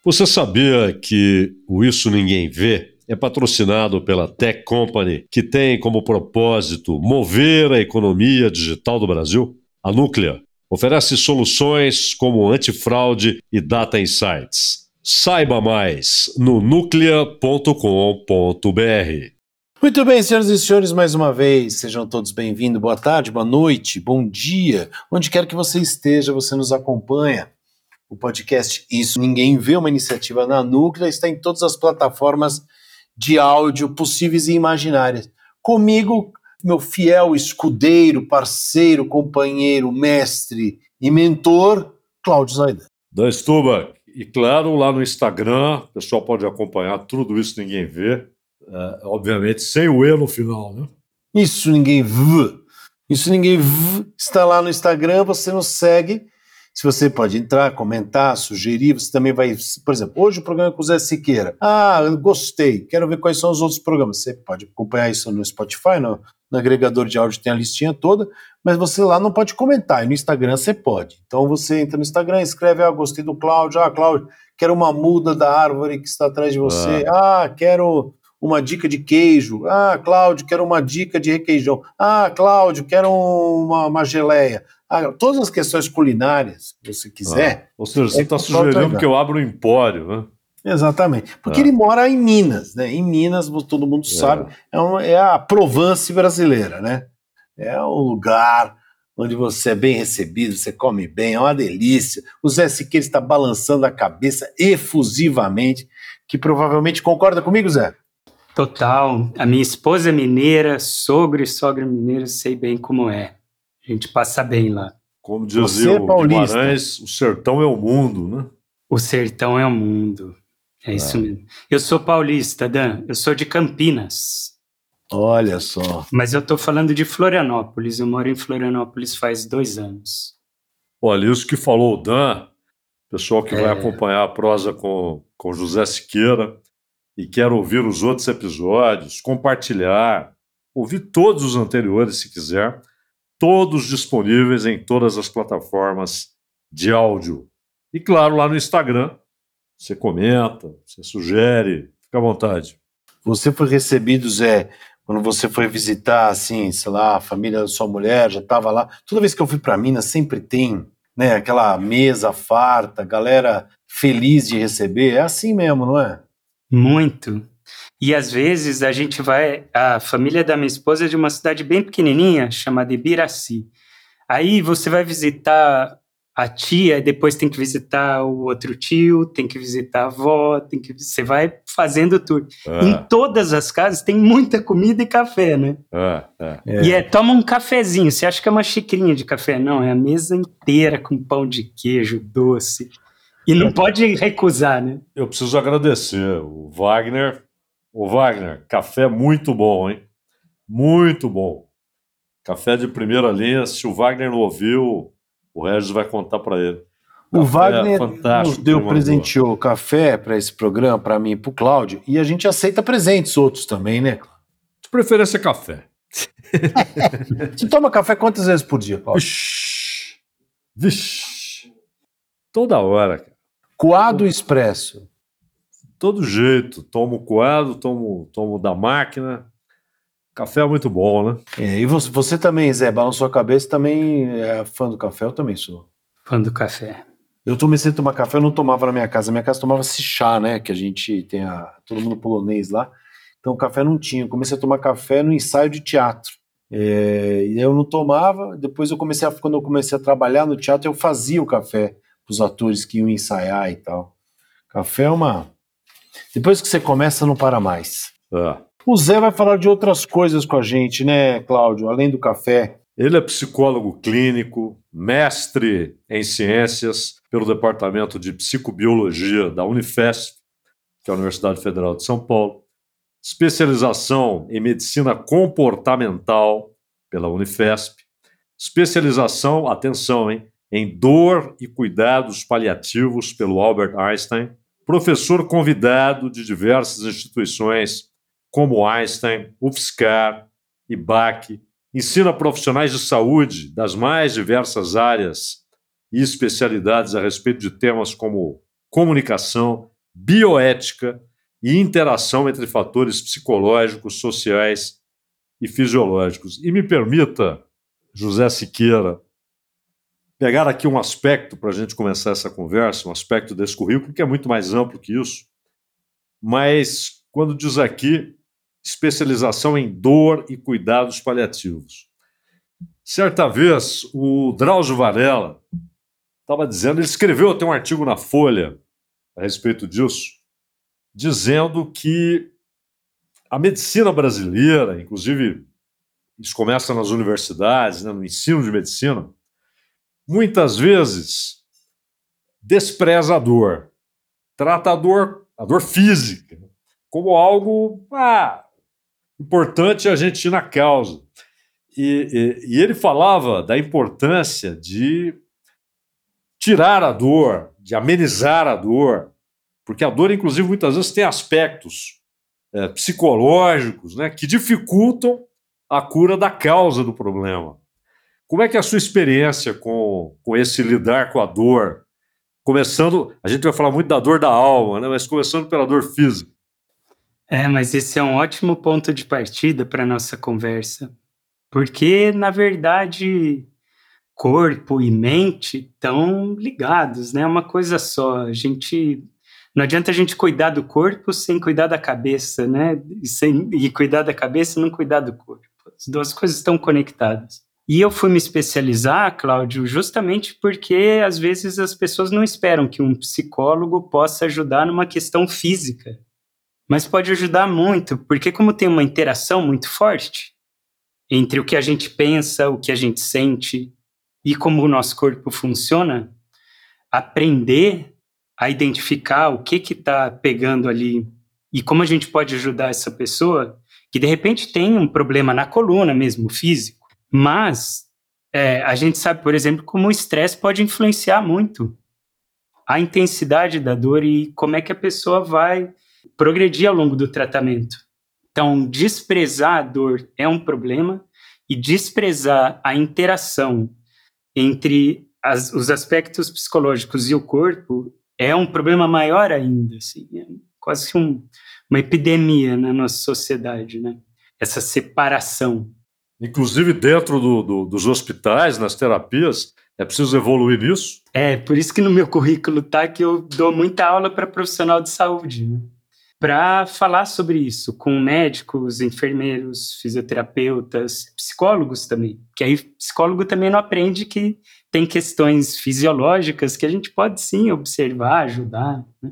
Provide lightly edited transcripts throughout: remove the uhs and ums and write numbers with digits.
Você sabia que o Isso Ninguém Vê é patrocinado pela Tech Company, que tem como propósito mover a economia digital do Brasil? A Núclea oferece soluções como antifraude e data insights. Saiba mais no nuclea.com.br. Muito bem, senhoras e senhores, mais uma vez, sejam todos bem-vindos. Boa tarde, boa noite, bom dia. Onde quer que você esteja, você nos acompanha. O podcast Isso Ninguém Vê, uma iniciativa na Núclea, está em todas as plataformas de áudio possíveis e imaginárias. Comigo, meu fiel escudeiro, parceiro, companheiro, mestre e mentor, Cláudio Zaidan. Dan Stubach. E claro, lá no Instagram, o pessoal pode acompanhar tudo isso, ninguém vê. Obviamente, sem o E no final, né? Isso Ninguém Vê. Isso Ninguém Vê está lá no Instagram, você nos segue. Se você pode entrar, comentar, sugerir, você também vai... Por exemplo, hoje o programa é com o Zé Siqueira. Eu gostei, quero ver quais são os outros programas. Você pode acompanhar isso no Spotify, no agregador de áudio tem a listinha toda, mas você lá não pode comentar, e no Instagram você pode. Então você entra no Instagram, escreve, gostei do Cláudio, Cláudio, quero uma muda da árvore que está atrás de você, quero uma dica de queijo, Cláudio, quero uma dica de requeijão, Cláudio, quero uma geleia. Todas as questões culinárias que você quiser. Ou seja, você está sugerindo que eu abra um empório, né? Exatamente, porque ele mora em Minas, né? Em Minas, todo mundo sabe, é a Provence brasileira, né? É um lugar onde você é bem recebido, você come bem, é uma delícia. O Zé Siqueira está balançando a cabeça efusivamente, que provavelmente concorda comigo, Zé? Total. A minha esposa é mineira, sogro e sogra mineira, sei bem como é. A gente passa bem lá. Como dizia o Guimarães, o sertão é o mundo, né? O sertão é o mundo. É isso mesmo. Eu sou paulista, Dan. Eu sou de Campinas. Olha só. Mas eu estou falando de Florianópolis. Eu moro em Florianópolis faz 2 anos. Olha, isso que falou o Dan, pessoal que vai acompanhar a prosa com José Siqueira e quer ouvir os outros episódios, compartilhar, ouvir todos os anteriores se quiser, todos disponíveis em todas as plataformas de áudio. E claro, lá no Instagram, você comenta, você sugere, fica à vontade. Você foi recebido, Zé, quando você foi visitar, assim, sei lá, a família da sua mulher, já estava lá. Toda vez que eu fui para Minas, sempre tem, né, aquela mesa farta, galera feliz de receber. É assim mesmo, não é? Muito. E às vezes a gente vai... A família da minha esposa é de uma cidade bem pequenininha, chamada Ibiraci. Aí você vai visitar a tia, e depois tem que visitar o outro tio, tem que visitar a avó, você vai fazendo tudo. Em todas as casas tem muita comida e café, né? E toma um cafezinho, você acha que é uma xicrinha de café? Não, é a mesa inteira com pão de queijo, doce. E não pode recusar, né? Eu preciso agradecer o Wagner. Ô Wagner, café muito bom, hein? Muito bom. Café de primeira linha. Se o Wagner não ouviu, o Regis vai contar para ele. O Wagner nos presenteou café para esse programa, para mim e para o Cláudio, e a gente aceita presentes outros também, né? De preferência café. Você toma café quantas vezes por dia, Cláudio? Vixe. Toda hora, cara. Coado ou expresso? Todo jeito. Tomo coado, tomo da máquina. Café é muito bom, né? E você também, Zé, balançou a cabeça, também é fã do café? Eu também sou. Fã do café. Eu comecei a tomar café, eu não tomava na minha casa. Na minha casa tomava-se chá, né? Que a gente tem todo mundo polonês lá. Então café não tinha. Eu comecei a tomar café no ensaio de teatro. E eu não tomava. Depois quando eu comecei a trabalhar no teatro, eu fazia o café para os atores que iam ensaiar e tal. Café é depois que você começa, não para mais. O Zé vai falar de outras coisas com a gente, né, Cláudio? Além do café. Ele é psicólogo clínico, mestre em ciências pelo Departamento de Psicobiologia da Unifesp, que é a Universidade Federal de São Paulo, especialização em medicina comportamental pela Unifesp, especialização, atenção, em dor e cuidados paliativos pelo Albert Einstein, professor convidado de diversas instituições como Einstein, UFSCar, IBAC, ensina profissionais de saúde das mais diversas áreas e especialidades a respeito de temas como comunicação, bioética e interação entre fatores psicológicos, sociais e fisiológicos. E me permita, José Siqueira, pegar aqui um aspecto para a gente começar essa conversa, um aspecto desse currículo que é muito mais amplo que isso, mas quando diz aqui especialização em dor e cuidados paliativos. Certa vez, o Drauzio Varela estava dizendo, ele escreveu até um artigo na Folha a respeito disso, dizendo que a medicina brasileira, inclusive isso começa nas universidades, né, no ensino de medicina, muitas vezes despreza a dor, trata a dor física como algo importante a gente ir na causa. E ele falava da importância de tirar a dor, de amenizar a dor, porque a dor, inclusive, muitas vezes tem aspectos psicológicos, né, que dificultam a cura da causa do problema. Como é que é a sua experiência com esse lidar com a dor? Começando, a gente vai falar muito da dor da alma, né, mas começando pela dor física. Mas esse é um ótimo ponto de partida para a nossa conversa, porque, na verdade, corpo e mente estão ligados, né? É uma coisa só. Não adianta a gente cuidar do corpo sem cuidar da cabeça, né? E cuidar da cabeça e não cuidar do corpo. As duas coisas estão conectadas. E eu fui me especializar, Cláudio, justamente porque, às vezes, as pessoas não esperam que um psicólogo possa ajudar numa questão física. Mas pode ajudar muito, porque como tem uma interação muito forte entre o que a gente pensa, o que a gente sente e como o nosso corpo funciona, aprender a identificar o que está pegando ali e como a gente pode ajudar essa pessoa que de repente tem um problema na coluna mesmo, físico, mas a gente sabe, por exemplo, como o estresse pode influenciar muito a intensidade da dor e como é que a pessoa vai progredir ao longo do tratamento. Então, desprezar a dor é um problema e desprezar a interação entre os aspectos psicológicos e o corpo é um problema maior ainda, assim, é quase que uma epidemia na nossa sociedade, né? Essa separação. Inclusive dentro dos hospitais, nas terapias, é preciso evoluir nisso? Por isso que no meu currículo tá que eu dou muita aula para profissional de saúde, né? Para falar sobre isso com médicos, enfermeiros, fisioterapeutas, psicólogos também. Que aí psicólogo também não aprende que tem questões fisiológicas que a gente pode sim observar, ajudar, né?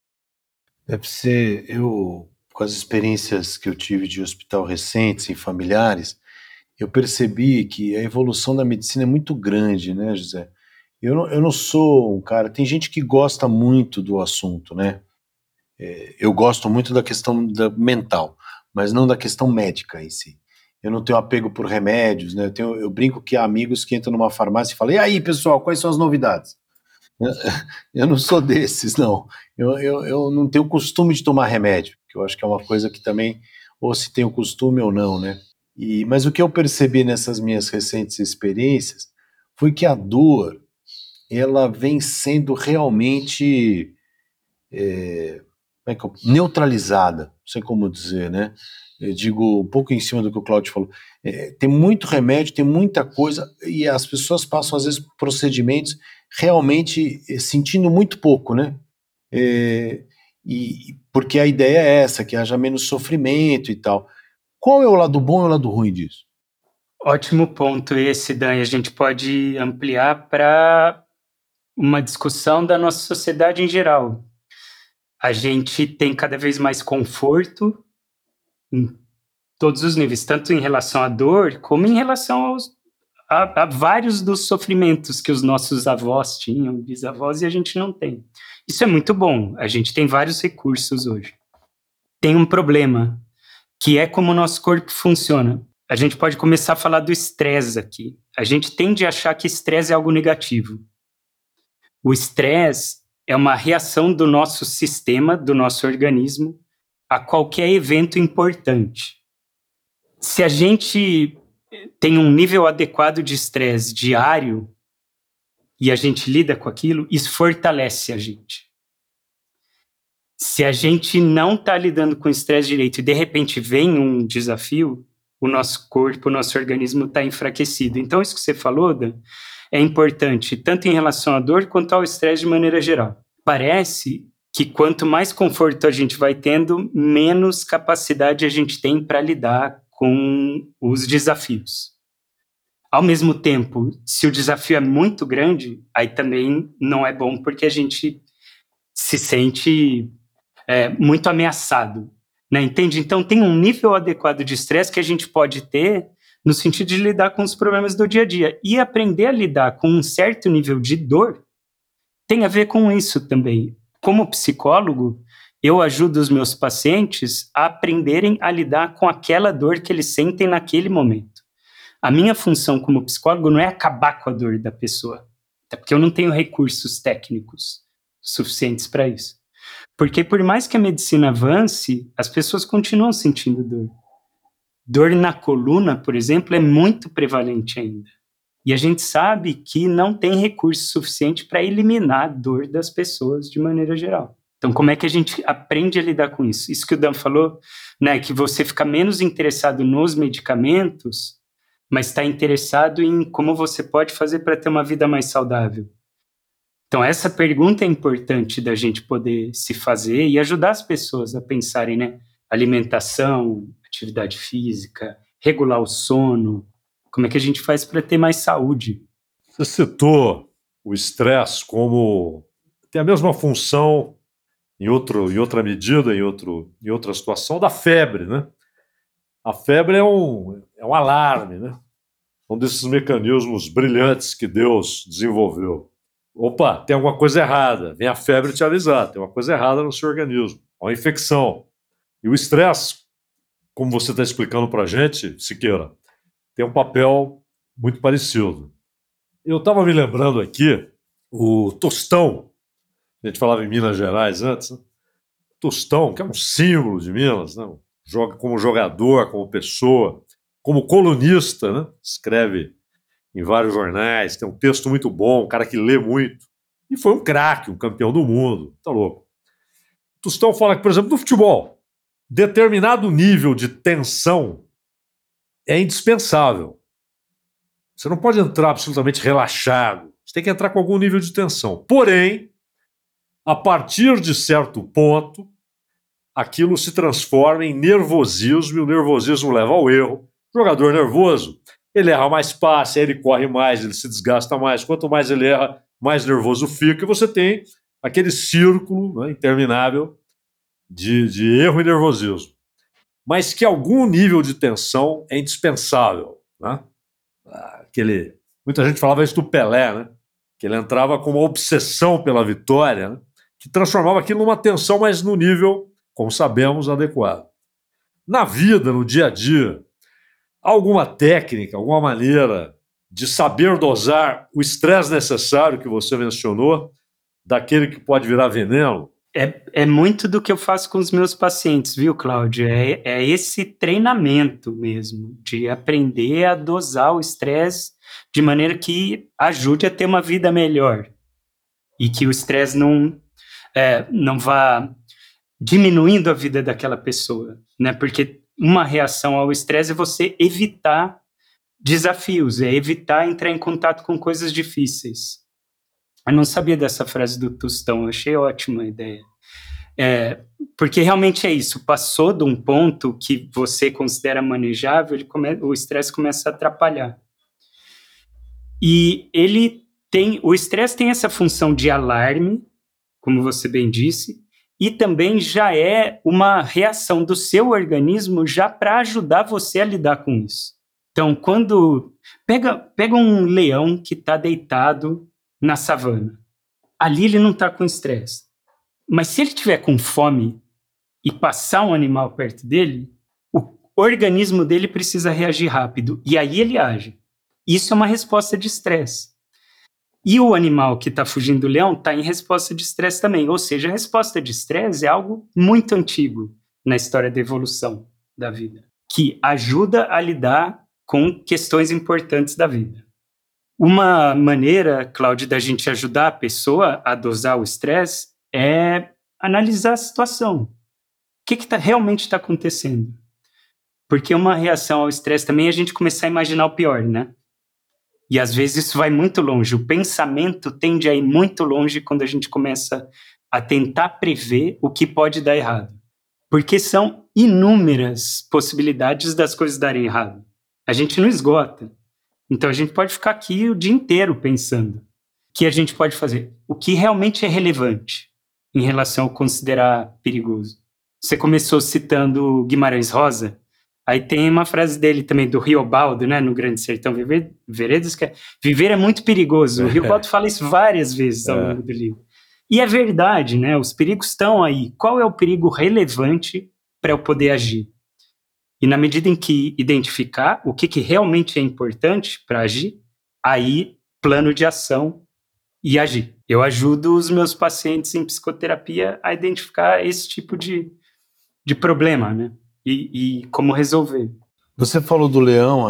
Deve ser, com as experiências que eu tive de hospital recentes e familiares, eu percebi que a evolução da medicina é muito grande, né, José? Eu não sou um cara... Tem gente que gosta muito do assunto, né? Eu gosto muito da questão mental, mas não da questão médica em si. Eu não tenho apego por remédios, né? Eu brinco que há amigos que entram numa farmácia e falam: e aí, pessoal, quais são as novidades? Eu não sou desses, não. Eu não tenho costume de tomar remédio, que eu acho que é uma coisa que também, ou se tem o costume ou não, né? Mas o que eu percebi nessas minhas recentes experiências foi que a dor, ela vem sendo realmente neutralizada, não sei como dizer, né? Eu digo um pouco em cima do que o Cláudio falou. Tem muito remédio, tem muita coisa, e as pessoas passam, às vezes, procedimentos realmente sentindo muito pouco, né? Porque a ideia é essa, que haja menos sofrimento e tal. Qual é o lado bom e o lado ruim disso? Ótimo ponto esse, Dan. A gente pode ampliar para uma discussão da nossa sociedade em geral. A gente tem cada vez mais conforto em todos os níveis, tanto em relação à dor, como em relação a vários dos sofrimentos que os nossos avós tinham, bisavós, e a gente não tem. Isso é muito bom, a gente tem vários recursos hoje. Tem um problema, que é como o nosso corpo funciona. A gente pode começar a falar do estresse aqui. A gente tende a achar que estresse é algo negativo. O estresse é uma reação do nosso sistema, do nosso organismo, a qualquer evento importante. Se a gente tem um nível adequado de estresse diário e a gente lida com aquilo, isso fortalece a gente. Se a gente não está lidando com o estresse direito e de repente vem um desafio, o nosso corpo, o nosso organismo está enfraquecido. Então, isso que você falou, Dan, é importante, tanto em relação à dor quanto ao estresse de maneira geral. Parece que quanto mais conforto a gente vai tendo, menos capacidade a gente tem para lidar com os desafios. Ao mesmo tempo, se o desafio é muito grande, aí também não é bom, porque a gente se sente muito ameaçado, né? Entende? Então, tem um nível adequado de estresse que a gente pode ter no sentido de lidar com os problemas do dia a dia. E aprender a lidar com um certo nível de dor tem a ver com isso também. Como psicólogo, eu ajudo os meus pacientes a aprenderem a lidar com aquela dor que eles sentem naquele momento. A minha função como psicólogo não é acabar com a dor da pessoa, até porque eu não tenho recursos técnicos suficientes para isso. Porque por mais que a medicina avance, as pessoas continuam sentindo dor. Dor na coluna, por exemplo, é muito prevalente ainda. E a gente sabe que não tem recurso suficiente para eliminar a dor das pessoas de maneira geral. Então, como é que a gente aprende a lidar com isso? Isso que o Dan falou, né, que você fica menos interessado nos medicamentos, mas está interessado em como você pode fazer para ter uma vida mais saudável. Então, essa pergunta é importante da gente poder se fazer e ajudar as pessoas a pensarem, né? Alimentação, atividade física, regular o sono. Como é que a gente faz para ter mais saúde? Você citou o estresse como tem a mesma função em outra medida, em outra situação, da febre, né? A febre é um alarme, né? Um desses mecanismos brilhantes que Deus desenvolveu. Opa, tem alguma coisa errada. Vem a febre te avisar, tem uma coisa errada no seu organismo, uma infecção. E o estresse, como você está explicando para a gente, Siqueira, tem um papel muito parecido. Eu estava me lembrando aqui, o Tostão, a gente falava em Minas Gerais antes, né? Tostão, que é um símbolo de Minas, né? Joga como jogador, como pessoa, como colunista, né? Escreve em vários jornais, tem um texto muito bom, um cara que lê muito. E foi um craque, um campeão do mundo. Tá louco. Tostão fala que, por exemplo, no futebol, determinado nível de tensão é indispensável. Você não pode entrar absolutamente relaxado. Você tem que entrar com algum nível de tensão. Porém, a partir de certo ponto, aquilo se transforma em nervosismo, e o nervosismo leva ao erro. O jogador nervoso, ele erra mais passe, ele corre mais, ele se desgasta mais. Quanto mais ele erra, mais nervoso fica. E você tem aquele círculo, né, interminável de erro e nervosismo. Mas que algum nível de tensão é indispensável, né? Muita gente falava isso do Pelé, né? Que ele entrava com uma obsessão pela vitória, né? Que transformava aquilo numa tensão, mas no nível, como sabemos, adequado. Na vida, no dia a dia, há alguma técnica, alguma maneira de saber dosar o estresse necessário que você mencionou, daquele que pode virar veneno? É muito do que eu faço com os meus pacientes, viu, Cláudio? É esse treinamento mesmo, de aprender a dosar o estresse de maneira que ajude a ter uma vida melhor. E que o estresse não vá diminuindo a vida daquela pessoa, né? Porque uma reação ao estresse é você evitar desafios, é evitar entrar em contato com coisas difíceis. Eu não sabia dessa frase do Tostão, eu achei ótima a ideia. Porque realmente é isso, passou de um ponto que você considera manejável, o estresse começa a atrapalhar. E o estresse tem essa função de alarme, como você bem disse, e também já é uma reação do seu organismo já para ajudar você a lidar com isso. Então, quando pega um leão que está deitado na savana, ali ele não está com estresse. Mas se ele tiver com fome e passar um animal perto dele, o organismo dele precisa reagir rápido, e aí ele age. Isso é uma resposta de estresse. E o animal que está fugindo do leão está em resposta de estresse também. Ou seja, a resposta de estresse é algo muito antigo na história da evolução da vida, que ajuda a lidar com questões importantes da vida. Uma maneira, Cláudio, da gente ajudar a pessoa a dosar o estresse é analisar a situação. O que realmente está acontecendo? Porque uma reação ao estresse também é a gente começar a imaginar o pior, né? E às vezes isso vai muito longe. O pensamento tende a ir muito longe quando a gente começa a tentar prever o que pode dar errado. Porque são inúmeras possibilidades das coisas darem errado. A gente não esgota. Então a gente pode ficar aqui o dia inteiro pensando. O que a gente pode fazer? O que realmente é relevante em relação ao considerar perigoso? Você começou citando Guimarães Rosa. Aí tem uma frase dele também, do Riobaldo, né, no Grande Sertão Veredas, que é: viver é muito perigoso. O Riobaldo fala isso várias vezes ao longo do livro. E é verdade, né? Os perigos estão aí. Qual é o perigo relevante para eu poder agir? E na medida em que identificar o que realmente é importante para agir, aí plano de ação e agir. Eu ajudo os meus pacientes em psicoterapia a identificar esse tipo de problema, né? E como resolver. Você falou do leão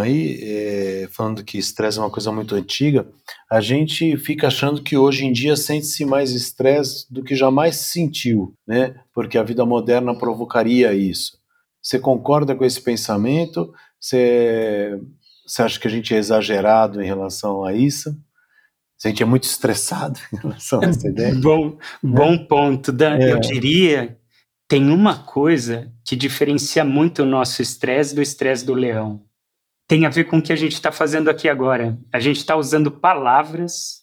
aí, falando que estresse é uma coisa muito antiga. A gente fica achando que hoje em dia sente-se mais estresse do que jamais se sentiu, né? Porque a vida moderna provocaria isso. Você concorda com esse pensamento? Você acha que a gente é exagerado em relação a isso? A gente é muito estressado em relação a essa ideia? Bom ponto, Dan. Eu diria, tem uma coisa que diferencia muito o nosso estresse do estresse do leão. Tem a ver com o que a gente está fazendo aqui agora. A gente está usando palavras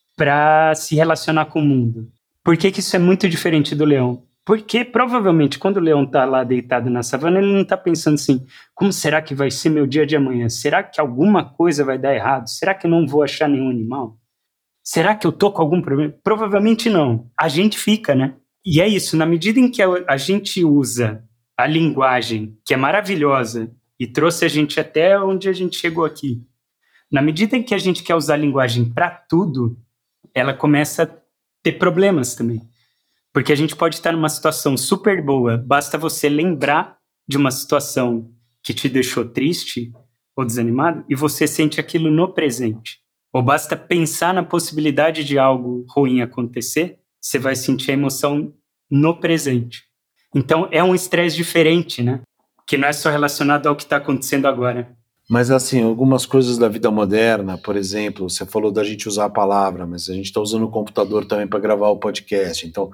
para se relacionar com o mundo. Por que isso é muito diferente do leão? Porque provavelmente quando o leão está lá deitado na savana, ele não está pensando assim: como será que vai ser meu dia de amanhã? Será que alguma coisa vai dar errado? Será que eu não vou achar nenhum animal? Será que eu tô com algum problema? Provavelmente não. A gente fica, né? E é isso, na medida em que a gente usa a linguagem, que é maravilhosa, e trouxe a gente até onde a gente chegou aqui, na medida em que a gente quer usar a linguagem para tudo, ela começa a ter problemas também. Porque a gente pode estar numa situação super boa, basta você lembrar de uma situação que te deixou triste ou desanimado, e você sente aquilo no presente. Ou basta pensar na possibilidade de algo ruim acontecer, você vai sentir a emoção no presente. Então, é um estresse diferente, né? Que não é só relacionado ao que está acontecendo agora. Mas, assim, algumas coisas da vida moderna, por exemplo, você falou da gente usar a palavra, mas a gente está usando o computador também para gravar o podcast. Então,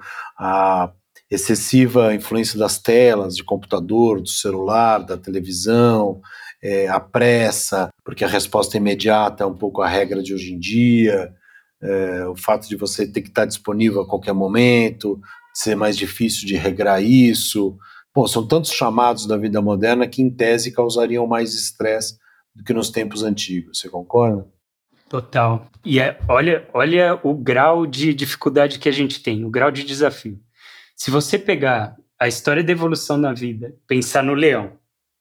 a excessiva influência das telas, de computador, do celular, da televisão, a pressa, porque a resposta imediata é um pouco a regra de hoje em dia, o fato de você ter que estar disponível a qualquer momento, ser mais difícil de regrar isso. Bom, são tantos chamados da vida moderna que, em tese, causariam mais estresse do que nos tempos antigos. Você concorda? Total. E olha o grau de dificuldade que a gente tem, o grau de desafio. Se você pegar a história da evolução da vida, pensar no leão,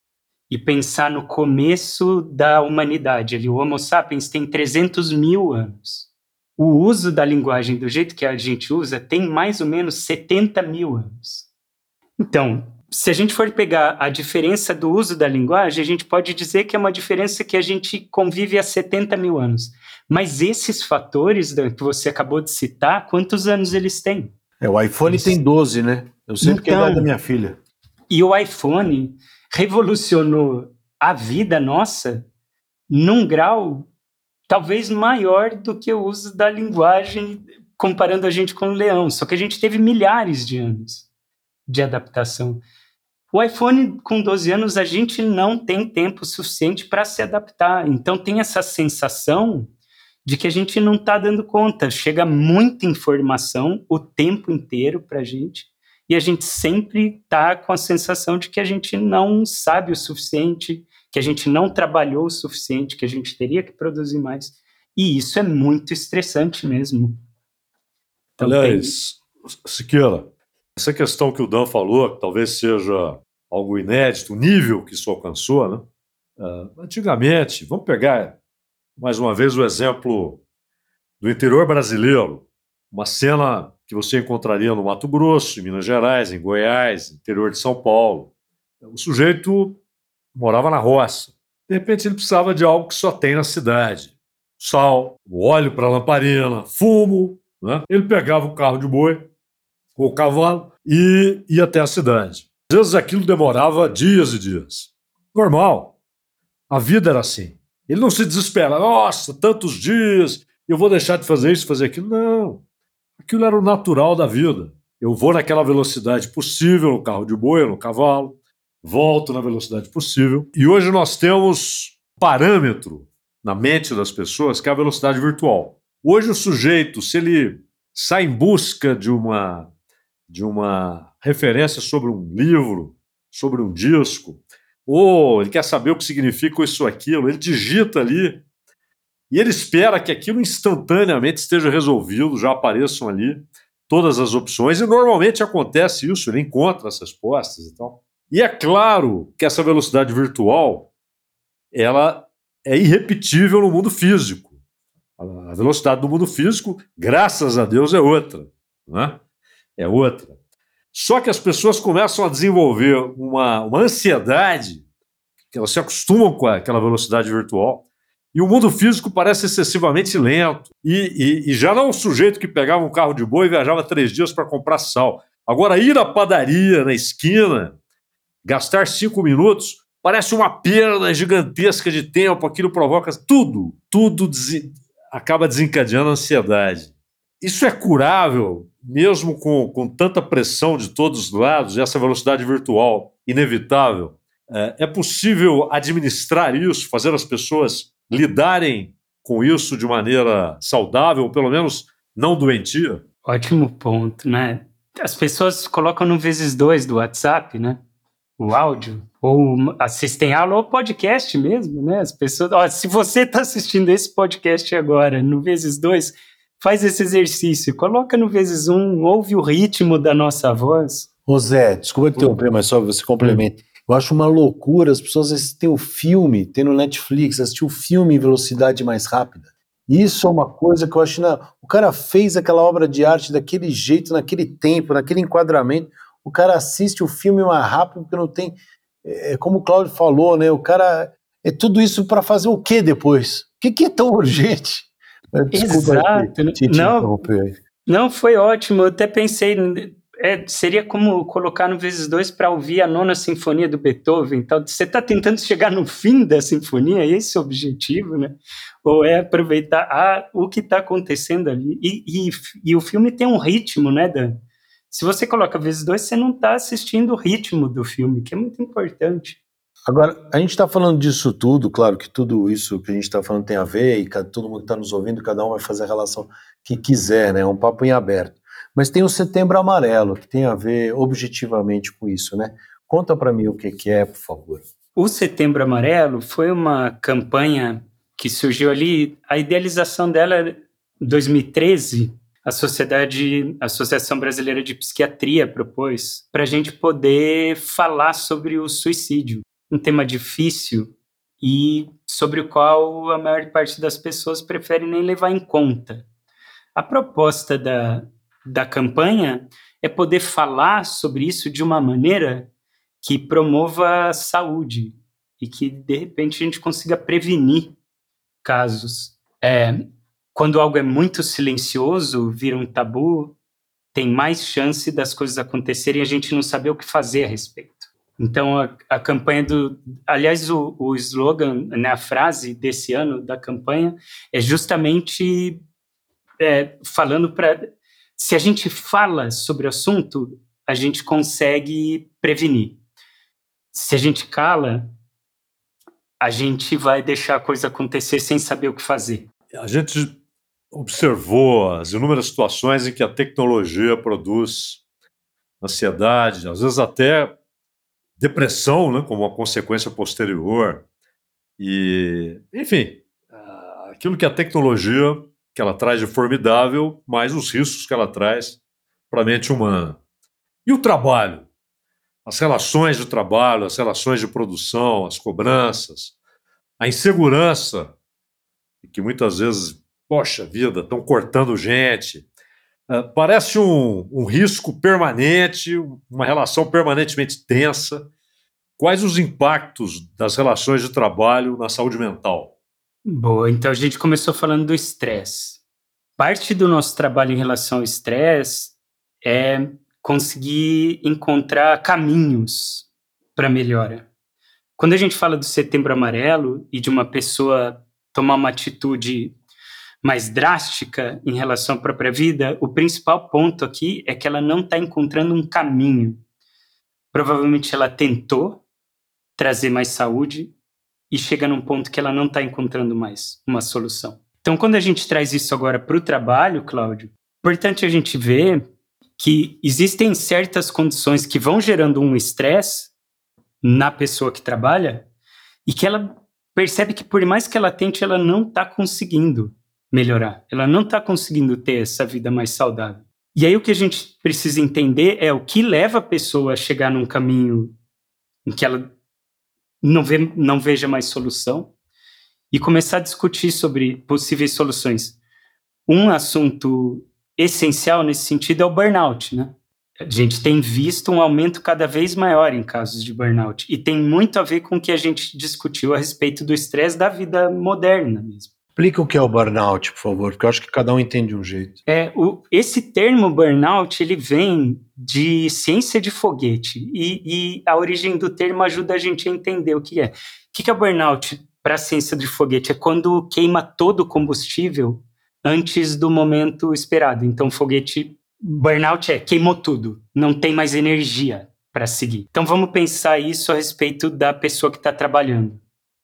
e pensar no começo da humanidade, ali, o Homo sapiens tem 300 mil anos. O uso da linguagem do jeito que a gente usa tem mais ou menos 70 mil anos. Então, se a gente for pegar a diferença do uso da linguagem, a gente pode dizer que é uma diferença que a gente convive há 70 mil anos. Mas esses fatores que você acabou de citar, quantos anos eles têm? O iPhone tem 12, né? Eu sei porque é a idade da minha filha. E o iPhone revolucionou a vida nossa num grau talvez maior do que o uso da linguagem, comparando a gente com o leão. Só que a gente teve milhares de anos de adaptação. O iPhone, com 12 anos, a gente não tem tempo suficiente para se adaptar. Então tem essa sensação de que a gente não está dando conta. Chega muita informação o tempo inteiro para a gente, e a gente sempre está com a sensação de que a gente não sabe o suficiente, que a gente não trabalhou o suficiente, que a gente teria que produzir mais. E isso é muito estressante mesmo. Então, aliás, Siqueira, essa questão que o Dan falou, que talvez seja algo inédito, o nível que isso alcançou, né? Antigamente, vamos pegar mais uma vez o exemplo do interior brasileiro, uma cena que você encontraria no Mato Grosso, em Minas Gerais, em Goiás, interior de São Paulo. O sujeito morava na roça. De repente ele precisava de algo que só tem na cidade. Sal, óleo para lamparina, fumo, né? Ele pegava o carro de boi, com o cavalo e ia até a cidade. Às vezes aquilo demorava dias e dias. Normal. A vida era assim. Ele não se desespera. Nossa, tantos dias, eu vou deixar de fazer isso, fazer aquilo. Não. Aquilo era o natural da vida. Eu vou naquela velocidade possível no carro de boi, no cavalo, volto na velocidade possível. E hoje nós temos parâmetro na mente das pessoas que é a velocidade virtual. Hoje o sujeito, se ele sai em busca de uma referência sobre um livro, sobre um disco, ou ele quer saber o que significa isso ou aquilo, ele digita ali e ele espera que aquilo instantaneamente esteja resolvido, já apareçam ali todas as opções, e normalmente acontece isso, ele encontra as respostas e tal. E é claro que essa velocidade virtual, ela é irrepetível no mundo físico. A velocidade do mundo físico, graças a Deus, é outra, né? É outra. Só que as pessoas começam a desenvolver uma ansiedade, que elas se acostumam com aquela velocidade virtual, e o mundo físico parece excessivamente lento. E já não o sujeito que pegava um carro de boi e viajava 3 dias para comprar sal. Agora, ir à padaria, na esquina, gastar 5 minutos, parece uma perda gigantesca de tempo, aquilo provoca tudo acaba desencadeando a ansiedade. Isso é curável, mesmo com tanta pressão de todos os lados, e essa velocidade virtual inevitável. É possível administrar isso, fazer as pessoas lidarem com isso de maneira saudável, ou pelo menos não doentia? Ótimo ponto, né? As pessoas colocam no vezes 2 do WhatsApp, né? O áudio, ou assistem aula, ou podcast mesmo, né? As pessoas, ó, se você está assistindo esse podcast agora, no vezes 2, faz esse exercício, coloca no vezes 1, ouve o ritmo da nossa voz. Ô Zé, desculpa interromper, mas só você complementa. Eu acho uma loucura as pessoas assistem o filme, tem no Netflix, assistir o filme em velocidade mais rápida. Isso é uma coisa que eu acho... O cara fez aquela obra de arte daquele jeito, naquele tempo, naquele enquadramento. O cara assiste o filme mais rápido porque não tem... como o Cláudio falou, né? O cara... É tudo isso para fazer o quê depois? O que é tão urgente? Desculpa. Exato. Não, foi ótimo. Eu até pensei... seria como colocar no vezes 2 para ouvir a 9ª Sinfonia do Beethoven. Então, você está tentando chegar no fim da sinfonia, esse é o objetivo, né? Ou é aproveitar o que está acontecendo ali. E o filme tem um ritmo, né, Dan? Se você coloca vezes 2, você não está assistindo o ritmo do filme, que é muito importante. Agora, a gente está falando disso tudo, claro que tudo isso que a gente está falando tem a ver, e todo mundo que está nos ouvindo, cada um vai fazer a relação que quiser, né? É um papo em aberto. Mas tem o Setembro Amarelo, que tem a ver objetivamente com isso, né? Conta para mim o que é, por favor. O Setembro Amarelo foi uma campanha que surgiu ali, a idealização dela em 2013, a Associação Brasileira de Psiquiatria propôs para a gente poder falar sobre o suicídio, um tema difícil e sobre o qual a maior parte das pessoas prefere nem levar em conta. A proposta da campanha é poder falar sobre isso de uma maneira que promova a saúde e que, de repente, a gente consiga prevenir casos. Quando algo é muito silencioso, vira um tabu, tem mais chance das coisas acontecerem e a gente não saber o que fazer a respeito. Então, a campanha aliás, o slogan, né, a frase desse ano da campanha é justamente falando para... Se a gente fala sobre o assunto, a gente consegue prevenir. Se a gente cala, a gente vai deixar a coisa acontecer sem saber o que fazer. A gente observou as inúmeras situações em que a tecnologia produz ansiedade, às vezes até depressão, né, como uma consequência posterior. E, enfim, aquilo que a tecnologia que ela traz de formidável, mais os riscos que ela traz para a mente humana. E o trabalho? As relações de trabalho, as relações de produção, as cobranças, a insegurança, que muitas vezes, poxa vida, estão cortando gente. Parece um risco permanente, uma relação permanentemente tensa. Quais os impactos das relações de trabalho na saúde mental? Boa, então a gente começou falando do estresse. Parte do nosso trabalho em relação ao estresse é conseguir encontrar caminhos para melhora. Quando a gente fala do Setembro Amarelo e de uma pessoa tomar uma atitude mais drástica em relação à própria vida, o principal ponto aqui é que ela não está encontrando um caminho. Provavelmente ela tentou trazer mais saúde e chega num ponto que ela não está encontrando mais uma solução. Então, quando a gente traz isso agora para o trabalho, Cláudio, é importante a gente ver que existem certas condições que vão gerando um estresse na pessoa que trabalha e que ela percebe que por mais que ela tente, ela não está conseguindo melhorar. Ela não está conseguindo ter essa vida mais saudável. E aí o que a gente precisa entender é o que leva a pessoa a chegar num caminho em que ela não veja mais solução e começar a discutir sobre possíveis soluções. Um assunto essencial nesse sentido é o burnout, né? A gente tem visto um aumento cada vez maior em casos de burnout e tem muito a ver com o que a gente discutiu a respeito do estresse da vida moderna mesmo. Explica o que é o burnout, por favor, porque eu acho que cada um entende de um jeito. Esse termo burnout, ele vem de ciência de foguete e a origem do termo ajuda a gente a entender o que é. O que é burnout para a ciência de foguete? É quando queima todo o combustível antes do momento esperado. Então, burnout queimou tudo, não tem mais energia para seguir. Então, vamos pensar isso a respeito da pessoa que está trabalhando.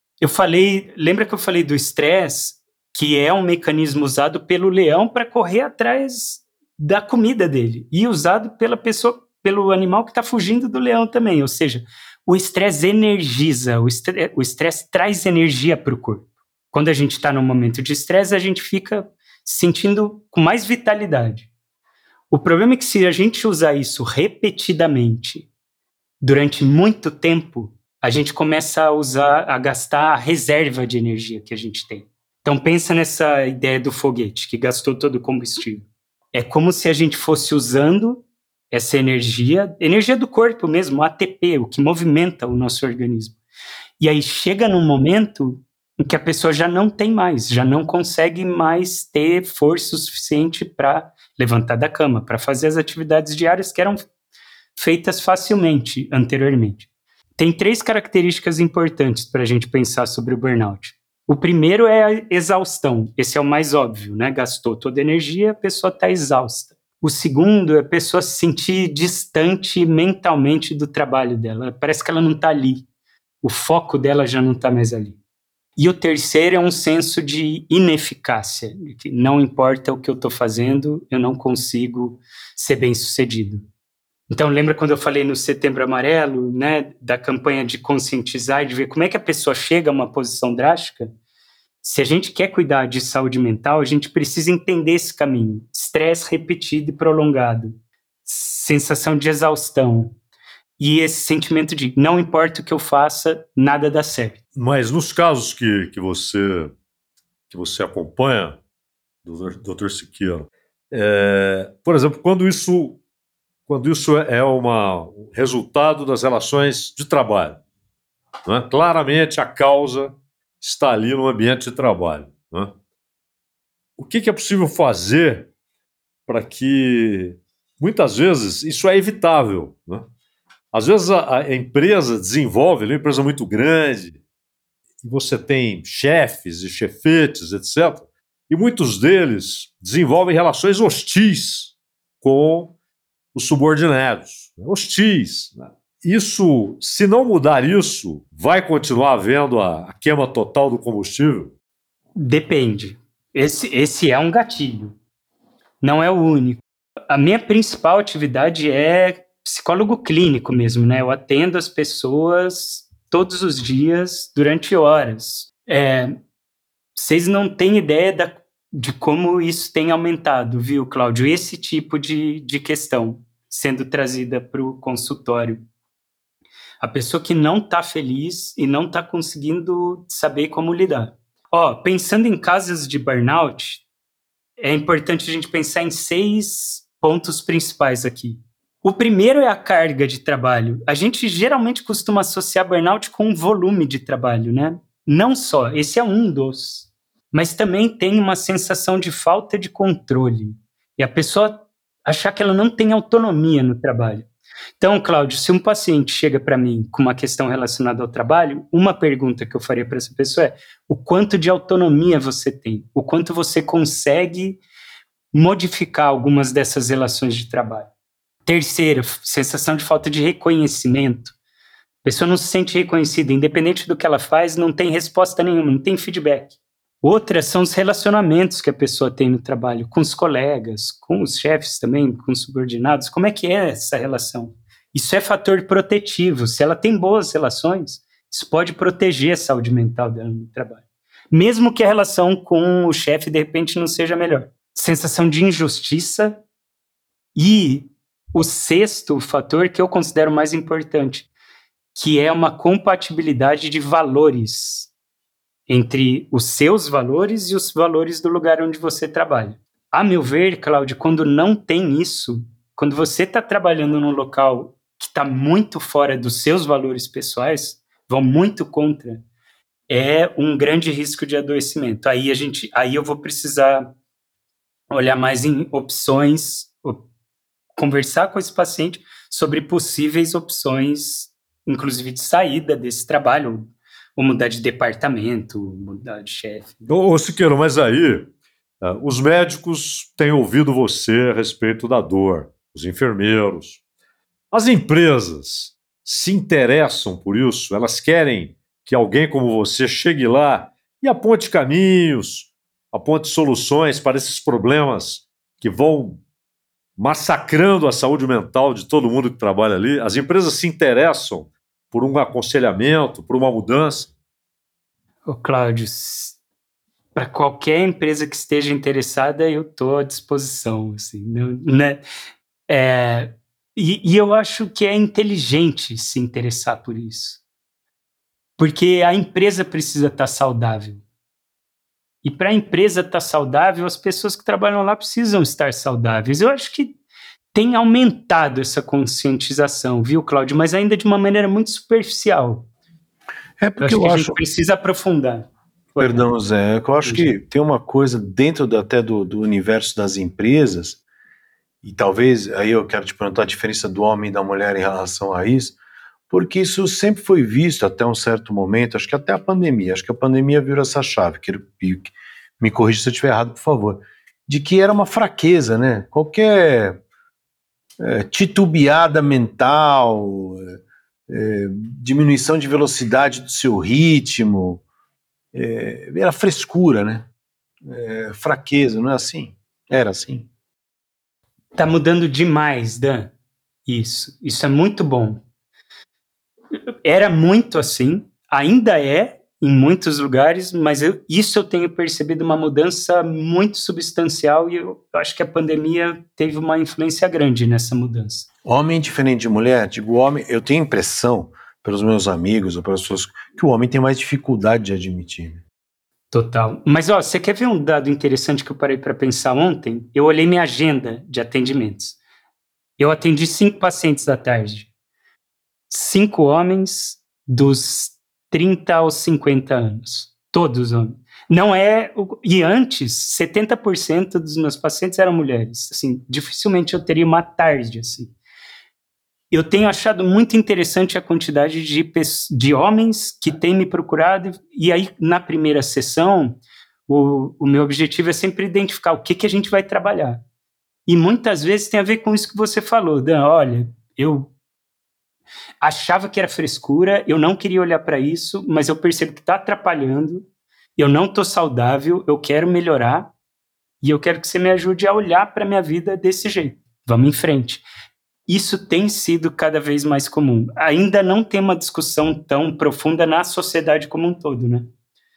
Lembra que eu falei do estresse, que é um mecanismo usado pelo leão para correr atrás da comida dele e usado pelo animal que está fugindo do leão também. Ou seja, o estresse energiza, o estresse traz energia para o corpo. Quando a gente está num momento de estresse, a gente fica sentindo com mais vitalidade. O problema é que se a gente usar isso repetidamente durante muito tempo, a gente começa a gastar a reserva de energia que a gente tem. Então pensa nessa ideia do foguete, que gastou todo o combustível. É como se a gente fosse usando essa energia do corpo mesmo, o ATP, o que movimenta o nosso organismo. E aí chega num momento em que a pessoa já não tem mais, já não consegue mais ter força suficiente para levantar da cama, para fazer as atividades diárias que eram feitas facilmente anteriormente. Tem 3 características importantes para a gente pensar sobre o burnout. O primeiro é a exaustão. Esse é o mais óbvio, né? Gastou toda a energia, a pessoa está exausta. O segundo é a pessoa se sentir distante mentalmente do trabalho dela. Parece que ela não está ali. O foco dela já não está mais ali. E o terceiro é um senso de ineficácia, de que não importa o que eu estou fazendo, eu não consigo ser bem-sucedido. Então, lembra quando eu falei no Setembro Amarelo, né, da campanha de conscientizar e de ver como é que a pessoa chega a uma posição drástica? Se a gente quer cuidar de saúde mental, a gente precisa entender esse caminho. Estresse repetido e prolongado, sensação de exaustão e esse sentimento de não importa o que eu faça, nada dá certo. Mas nos casos que você acompanha, Dr. Siqueira, por exemplo, quando isso é um resultado das relações de trabalho, né? Claramente a causa está ali no ambiente de trabalho, né? O que é possível fazer para que, muitas vezes, isso é evitável, né? Às vezes a empresa desenvolve, uma empresa muito grande, e você tem chefes e chefetes, etc., e muitos deles desenvolvem relações hostis com os subordinados, hostis, né? Isso, se não mudar isso, vai continuar havendo a queima total do combustível? Depende. Esse é um gatilho. Não é o único. A minha principal atividade é psicólogo clínico mesmo, né? Eu atendo as pessoas todos os dias, durante horas. Vocês não têm ideia de como isso tem aumentado, viu, Cláudio? Esse tipo de questão sendo trazida para o consultório. A pessoa que não está feliz e não está conseguindo saber como lidar. Pensando em casos de burnout, é importante a gente pensar em 6 pontos principais aqui. O primeiro é a carga de trabalho. A gente geralmente costuma associar burnout com o volume de trabalho, né? Não só, esse é um dos. Mas também tem uma sensação de falta de controle. E a pessoa achar que ela não tem autonomia no trabalho. Então, Cláudio, se um paciente chega para mim com uma questão relacionada ao trabalho, uma pergunta que eu faria para essa pessoa é: o quanto de autonomia você tem? O quanto você consegue modificar algumas dessas relações de trabalho? Terceira, sensação de falta de reconhecimento. A pessoa não se sente reconhecida, independente do que ela faz, não tem resposta nenhuma, não tem feedback. Outra são os relacionamentos que a pessoa tem no trabalho, com os colegas, com os chefes também, com os subordinados. Como é que é essa relação? Isso é fator protetivo. Se ela tem boas relações, isso pode proteger a saúde mental dela no trabalho. Mesmo que a relação com o chefe, de repente, não seja melhor. Sensação de injustiça. E o sexto fator, que eu considero mais importante, que é uma compatibilidade de valores entre os seus valores e os valores do lugar onde você trabalha. A meu ver, Cláudio, quando não tem isso, quando você está trabalhando num local que está muito fora dos seus valores pessoais, vão muito contra, é um grande risco de adoecimento. Aí eu vou precisar olhar mais em opções, conversar com esse paciente sobre possíveis opções, inclusive de saída desse trabalho, ou mudar de departamento, mudar de chefe. Ô, Siqueiro, mas aí, os médicos têm ouvido você a respeito da dor, os enfermeiros. As empresas se interessam por isso? Elas querem que alguém como você chegue lá e aponte caminhos, aponte soluções para esses problemas que vão massacrando a saúde mental de todo mundo que trabalha ali? As empresas se interessam por um aconselhamento, por uma mudança? Ô, Cláudio, para qualquer empresa que esteja interessada, eu estou à disposição. Assim, né? E eu acho que é inteligente se interessar por isso. Porque a empresa precisa estar saudável. E para a empresa estar saudável, as pessoas que trabalham lá precisam estar saudáveis. Eu acho que tem aumentado essa conscientização, viu, Cláudio? Mas ainda de uma maneira muito superficial. É porque eu a acho gente precisa aprofundar. Perdão, Zé, eu acho que tem uma coisa dentro até do universo das empresas, e talvez aí eu quero te perguntar a diferença do homem e da mulher em relação a isso, porque isso sempre foi visto até um certo momento, acho que até a pandemia, acho que a pandemia virou essa chave, me corrija se eu estiver errado, por favor, de que era uma fraqueza, né? Qualquer titubeada mental, diminuição de velocidade do seu ritmo, era frescura, né? Fraqueza, não é assim? Era assim. Tá mudando demais, Dan. Isso é muito bom. Era muito assim, ainda é em muitos lugares, mas isso eu tenho percebido uma mudança muito substancial e eu acho que a pandemia teve uma influência grande nessa mudança. Homem diferente de mulher, digo homem, eu tenho a impressão, pelos meus amigos ou pelas pessoas, que o homem tem mais dificuldade de admitir. Total. Mas, você quer ver um dado interessante que eu parei para pensar ontem? Eu olhei minha agenda de atendimentos. Eu atendi 5 pacientes da tarde. 5 homens dos 30 aos 50 anos. Todos homens. Não é... E antes, 70% dos meus pacientes eram mulheres. Assim, dificilmente eu teria uma tarde assim. Eu tenho achado muito interessante a quantidade de homens que têm me procurado, e aí, na primeira sessão, o meu objetivo é sempre identificar o que a gente vai trabalhar. E muitas vezes tem a ver com isso que você falou, Dan. Olha, eu achava que era frescura, eu não queria olhar para isso, mas eu percebo que está atrapalhando, eu não estou saudável, eu quero melhorar, e eu quero que você me ajude a olhar para a minha vida desse jeito. Vamos em frente. Isso tem sido cada vez mais comum. Ainda não tem uma discussão tão profunda na sociedade como um todo, né?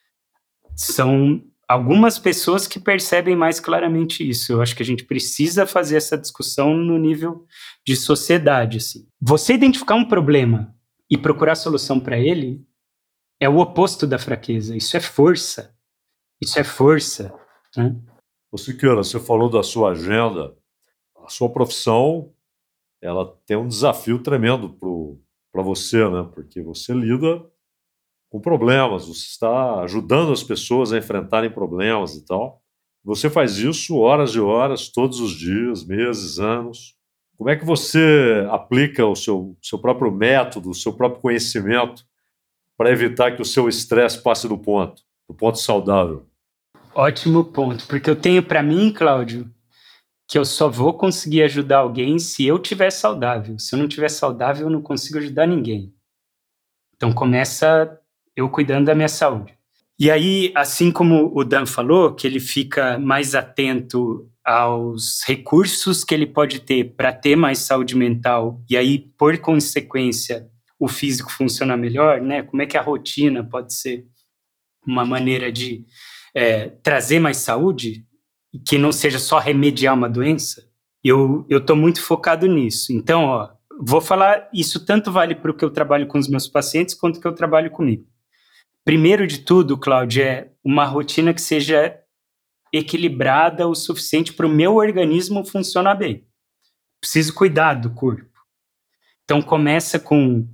São algumas pessoas que percebem mais claramente isso. Eu acho que a gente precisa fazer essa discussão no nível de sociedade, assim. Você identificar um problema e procurar solução para ele é o oposto da fraqueza. Isso é força. Isso é força, né? Ô, Siqueira, você falou da sua agenda. A sua profissão, ela tem um desafio tremendo para você, né? Porque você lida com problemas, você está ajudando as pessoas a enfrentarem problemas e tal. Você faz isso horas e horas, todos os dias, meses, anos. Como é que você aplica o seu próprio método, o seu próprio conhecimento para evitar que o seu estresse passe do ponto saudável? Ótimo ponto, porque eu tenho para mim, Cláudio, que eu só vou conseguir ajudar alguém se eu estiver saudável. Se eu não estiver saudável, eu não consigo ajudar ninguém. Então começa eu cuidando da minha saúde. E aí, assim como o Dan falou, que ele fica mais atento aos recursos que ele pode ter para ter mais saúde mental, e aí, por consequência, o físico funciona melhor, né? Como é que a rotina pode ser uma maneira de trazer mais saúde, que não seja só remediar uma doença? Eu estou muito focado nisso. Então, ó, vou falar, isso tanto vale para o que eu trabalho com os meus pacientes, quanto que eu trabalho comigo. Primeiro de tudo, Cláudio, é uma rotina que seja equilibrada o suficiente para o meu organismo funcionar bem. Preciso cuidar do corpo. Então, começa com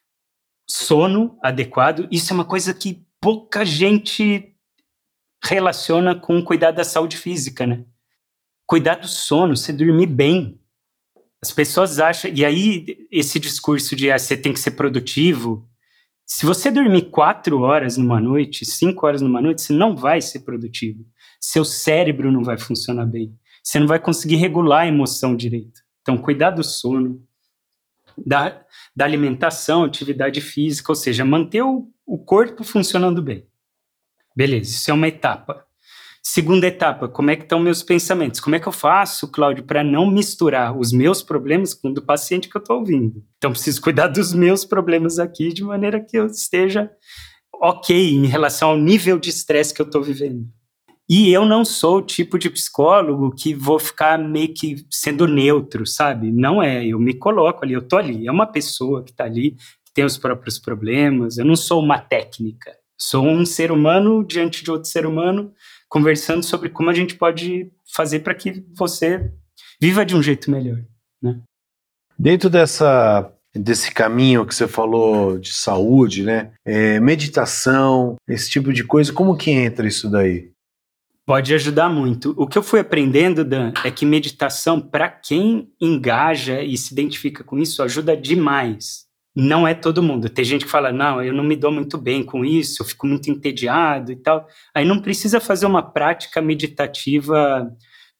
sono adequado. Isso é uma coisa que pouca gente relaciona com cuidar da saúde física, né? Cuidar do sono, você dormir bem. As pessoas acham... E aí, esse discurso de você tem que ser produtivo... Se você dormir 4 horas numa noite, 5 horas numa noite, você não vai ser produtivo. Seu cérebro não vai funcionar bem. Você não vai conseguir regular a emoção direito. Então, cuidar do sono, da alimentação, atividade física, ou seja, manter o corpo funcionando bem. Beleza, isso é uma etapa. Segunda etapa, como é que estão meus pensamentos? Como é que eu faço, Cláudio, para não misturar os meus problemas com o do paciente que eu estou ouvindo? Então, preciso cuidar dos meus problemas aqui de maneira que eu esteja ok em relação ao nível de estresse que eu estou vivendo. E eu não sou o tipo de psicólogo que vou ficar meio que sendo neutro, sabe? Não é, eu me coloco ali, eu estou ali. É uma pessoa que está ali, que tem os próprios problemas. Eu não sou uma técnica. Sou um ser humano diante de outro ser humano, conversando sobre como a gente pode fazer para que você viva de um jeito melhor, né? Dentro desse caminho que você falou de saúde, né? Meditação, esse tipo de coisa, como que entra isso daí? Pode ajudar muito. O que eu fui aprendendo, Dan, é que meditação, para quem engaja e se identifica com isso, ajuda demais. Não é todo mundo. Tem gente que fala, não, eu não me dou muito bem com isso, eu fico muito entediado e tal. Aí não precisa fazer uma prática meditativa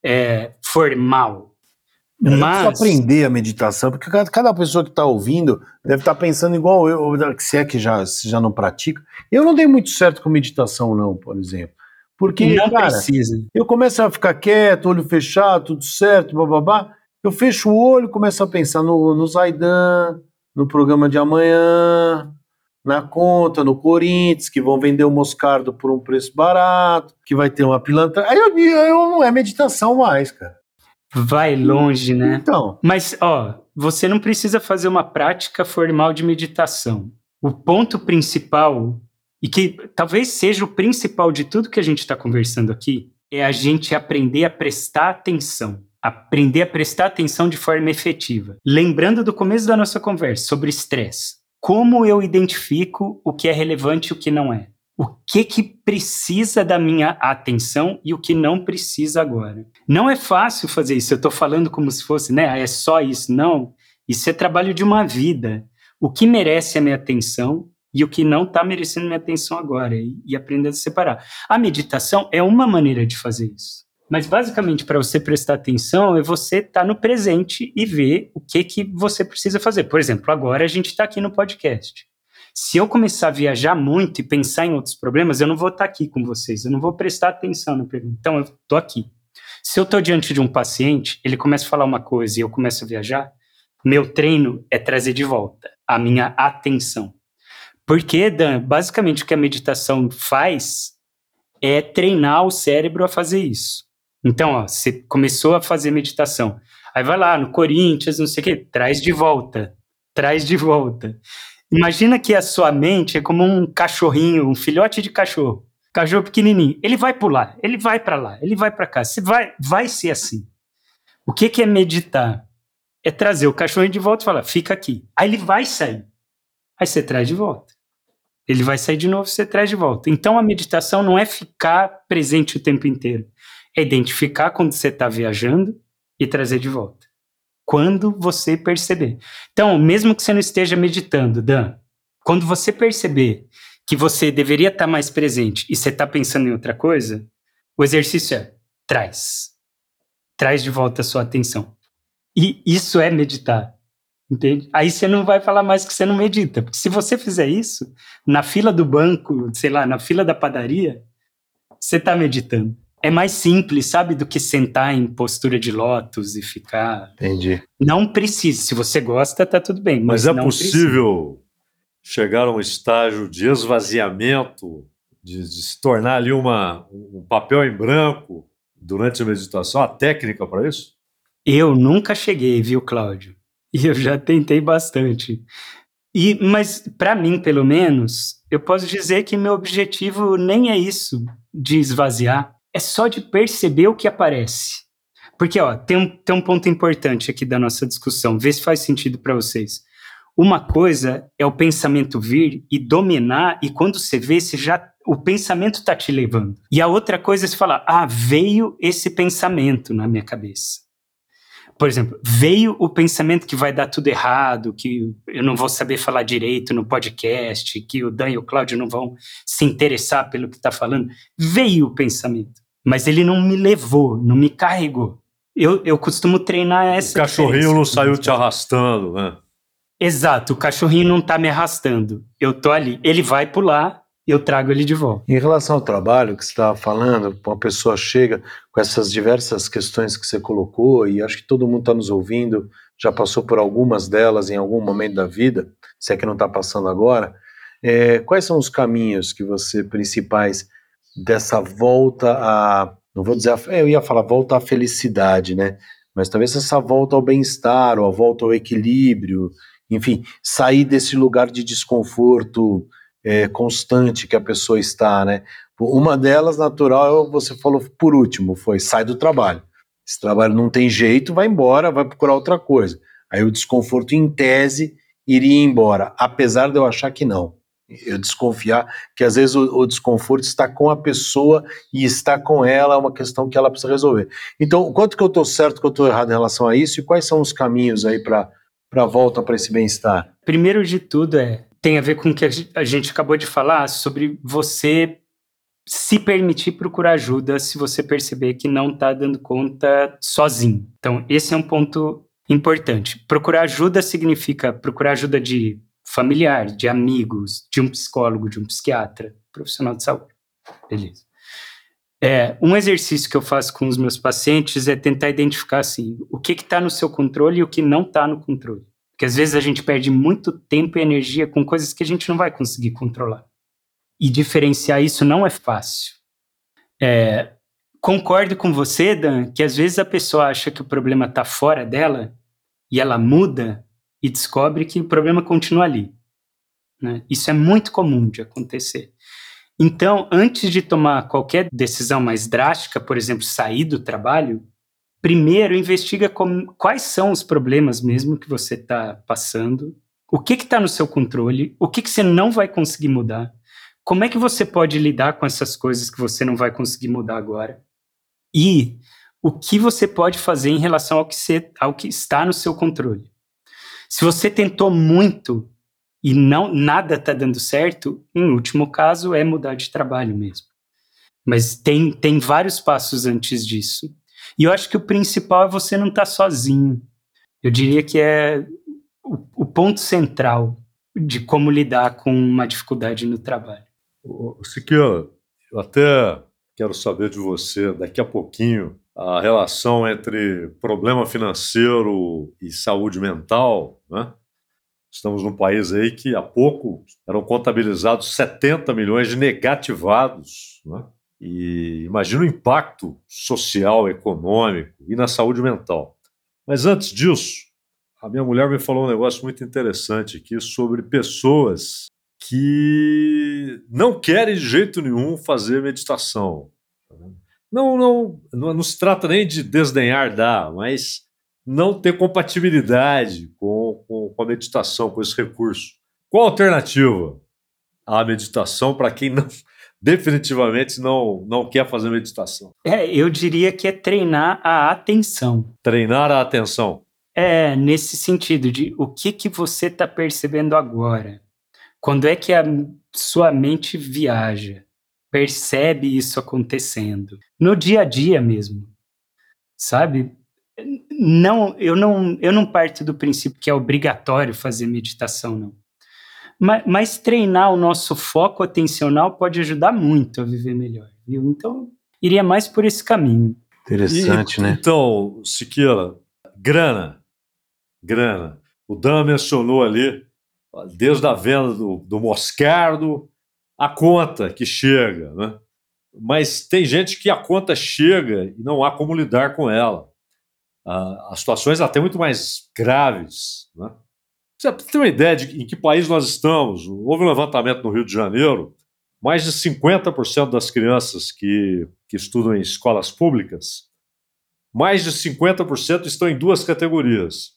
formal. Mas aprender a meditação, porque cada pessoa que está ouvindo deve estar pensando igual eu, se é que se já não pratica. Eu não dei muito certo com meditação, não, por exemplo. Porque, não cara, precisa. Eu começo a ficar quieto, olho fechado, tudo certo, bababá. Eu fecho o olho, começo a pensar no Zaidan, no programa de amanhã, na conta, no Corinthians, que vão vender o Moscardo por um preço barato, que vai ter uma pilantra. Aí eu não é meditação mais, cara. Vai longe, né? Então. Mas, ó, você não precisa fazer uma prática formal de meditação. O ponto principal, e que talvez seja o principal de tudo que a gente está conversando aqui, é a gente aprender a prestar atenção. Aprender a prestar atenção de forma efetiva. Lembrando do começo da nossa conversa sobre estresse. Como eu identifico o que é relevante e o que não é? O que precisa da minha atenção e o que não precisa agora? Não é fácil fazer isso. Eu estou falando como se fosse, né? É só isso. Não. Isso é trabalho de uma vida. O que merece a minha atenção e o que não está merecendo minha atenção agora. E aprender a separar. A meditação é uma maneira de fazer isso. Mas, basicamente, para você prestar atenção, é você estar no presente e ver o que você precisa fazer. Por exemplo, agora a gente está aqui no podcast. Se eu começar a viajar muito e pensar em outros problemas, eu não vou estar aqui com vocês, eu não vou prestar atenção na pergunta. Então, eu estou aqui. Se eu estou diante de um paciente, ele começa a falar uma coisa e eu começo a viajar, meu treino é trazer de volta a minha atenção. Porque, Dan, basicamente o que a meditação faz é treinar o cérebro a fazer isso. Então, ó, você começou a fazer meditação, aí vai lá no Corinthians, não sei o quê, traz de volta. Imagina que a sua mente é como um cachorrinho, um filhote de cachorro pequenininho. Ele vai pular, ele vai para lá, ele vai para cá. Você vai ser assim. O que é meditar? É trazer o cachorrinho de volta e falar, fica aqui. Aí ele vai sair. Aí você traz de volta. Ele vai sair de novo, você traz de volta. Então a meditação não é ficar presente o tempo inteiro. é identificar quando você está viajando e trazer de volta. Quando você perceber. Então, mesmo que você não esteja meditando, Dan, quando você perceber que você deveria estar mais presente e você está pensando em outra coisa, o exercício é traz de volta a sua atenção. E isso é meditar, entende? Aí você não vai falar mais que você não medita, porque se você fizer isso, na fila do banco, sei lá, na fila da padaria, você está meditando. É mais simples, sabe, do que sentar em postura de lótus e ficar... Entendi. Não precisa, se você gosta, tá tudo bem, mas é não possível chegar a um estágio de esvaziamento, de se tornar ali um papel em branco durante a meditação, a técnica para isso? Eu nunca cheguei, viu, Cláudio? E eu já tentei bastante. Mas, para mim, pelo menos, eu posso dizer que meu objetivo nem é isso, de esvaziar. É só de perceber o que aparece. Porque, ó, tem um ponto importante aqui da nossa discussão. Vê se faz sentido para vocês. Uma coisa é o pensamento vir e dominar, e quando você vê, o pensamento está te levando. E a outra coisa é você falar, veio esse pensamento na minha cabeça. Por exemplo, veio o pensamento que vai dar tudo errado, que eu não vou saber falar direito no podcast, que o Dan e o Cláudio não vão se interessar pelo que está falando. Veio o pensamento, mas ele não me levou, não me carregou. Eu costumo treinar essa diferença. O cachorrinho não saiu te arrastando, né? Exato, o cachorrinho não está me arrastando. Eu tô ali, ele vai pular, eu trago ele de volta. Em relação ao trabalho que você estava falando, uma pessoa chega com essas diversas questões que você colocou, e acho que todo mundo está nos ouvindo, já passou por algumas delas em algum momento da vida, se é que não está passando agora. Quais são os caminhos que você, principais, dessa volta a... Não vou dizer, eu ia falar volta à felicidade, né? Mas talvez essa volta ao bem-estar, ou a volta ao equilíbrio, enfim, sair desse lugar de desconforto constante que a pessoa está, né? Uma delas, natural, você falou por último, foi sai do trabalho. Esse trabalho não tem jeito, vai embora, vai procurar outra coisa. Aí o desconforto, em tese, iria embora, apesar de eu achar que não. Eu desconfiar que às vezes o desconforto está com a pessoa e está com ela, é uma questão que ela precisa resolver. Então, quanto que eu estou certo, que eu estou errado em relação a isso, e quais são os caminhos aí para a volta para esse bem-estar? Primeiro de tudo tem a ver com o que a gente acabou de falar sobre você se permitir procurar ajuda se você perceber que não está dando conta sozinho. Então, esse é um ponto importante. Procurar ajuda significa procurar ajuda de familiar, de amigos, de um psicólogo, de um psiquiatra, profissional de saúde. Beleza. Um exercício que eu faço com os meus pacientes é tentar identificar assim, o que está no seu controle e o que não está no controle. Porque às vezes a gente perde muito tempo e energia com coisas que a gente não vai conseguir controlar. E diferenciar isso não é fácil. Concordo com você, Dan, que às vezes a pessoa acha que o problema está fora dela e ela muda e descobre que o problema continua ali, né? Isso é muito comum de acontecer. Então, antes de tomar qualquer decisão mais drástica, por exemplo, sair do trabalho, primeiro investiga quais são os problemas mesmo que você está passando, o que está no seu controle, o que você não vai conseguir mudar, como é que você pode lidar com essas coisas que você não vai conseguir mudar agora, e o que você pode fazer em relação ao que está no seu controle. Se você tentou muito e nada está dando certo, em último caso é mudar de trabalho mesmo. Mas tem vários passos antes disso. E eu acho que o principal é você não estar sozinho. Eu diria que é o ponto central de como lidar com uma dificuldade no trabalho. Siqueira, eu até quero saber de você, daqui a pouquinho, a relação entre problema financeiro e saúde mental, né? Estamos num país aí que há pouco eram contabilizados 70 milhões de negativados, né? E imagina o impacto social, econômico e na saúde mental. Mas antes disso, a minha mulher me falou um negócio muito interessante aqui sobre pessoas que não querem de jeito nenhum fazer meditação. Não se trata nem de desdenhar mas não ter compatibilidade com a meditação, com esse recurso. Qual a alternativa à meditação para quem definitivamente não quer fazer meditação. Eu diria que é treinar a atenção. Treinar a atenção. Nesse sentido de o que você está percebendo agora. Quando é que a sua mente viaja? Percebe isso acontecendo. No dia a dia mesmo, sabe? Eu não parto do princípio que é obrigatório fazer meditação, não. Mas treinar o nosso foco atencional pode ajudar muito a viver melhor, viu? Então, iria mais por esse caminho. Interessante, né? Então, Siqueira, grana. O Dan mencionou ali, desde a venda do Moscardo, a conta que chega, né? Mas tem gente que a conta chega e não há como lidar com ela. As situações até muito mais graves, né? Você tem uma ideia de em que país nós estamos? Houve um levantamento no Rio de Janeiro, mais de 50% das crianças que estudam em escolas públicas, mais de 50% estão em duas categorias.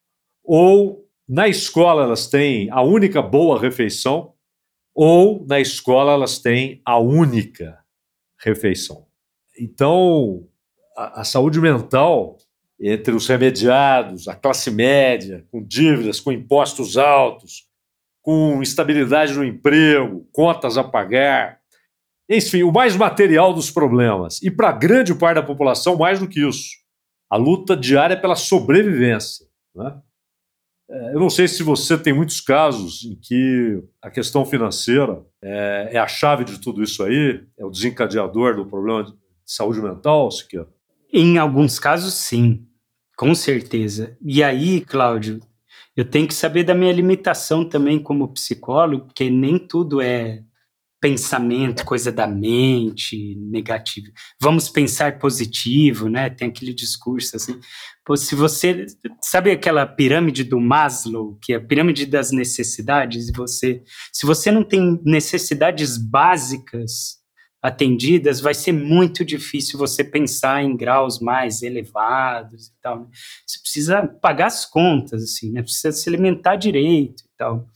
Ou na escola elas têm a única boa refeição, ou na escola elas têm a única refeição. Então, a saúde mental entre os remediados, a classe média, com dívidas, com impostos altos, com instabilidade no emprego, contas a pagar, enfim, o mais material dos problemas. E para grande parte da população, mais do que isso, a luta diária pela sobrevivência, né? Eu não sei se você tem muitos casos em que a questão financeira é a chave de tudo isso aí, é o desencadeador do problema de saúde mental, Siqueira? Em alguns casos, sim, com certeza. E aí, Cláudio, eu tenho que saber da minha limitação também como psicólogo, porque nem tudo é pensamento, coisa da mente, negativo. Vamos pensar positivo, né? Tem aquele discurso assim. Pô, se você... Sabe aquela pirâmide do Maslow, que é a pirâmide das necessidades? Se você não tem necessidades básicas atendidas, vai ser muito difícil você pensar em graus mais elevados e tal, né? Você precisa pagar as contas, assim, né? Precisa se alimentar direito e tal.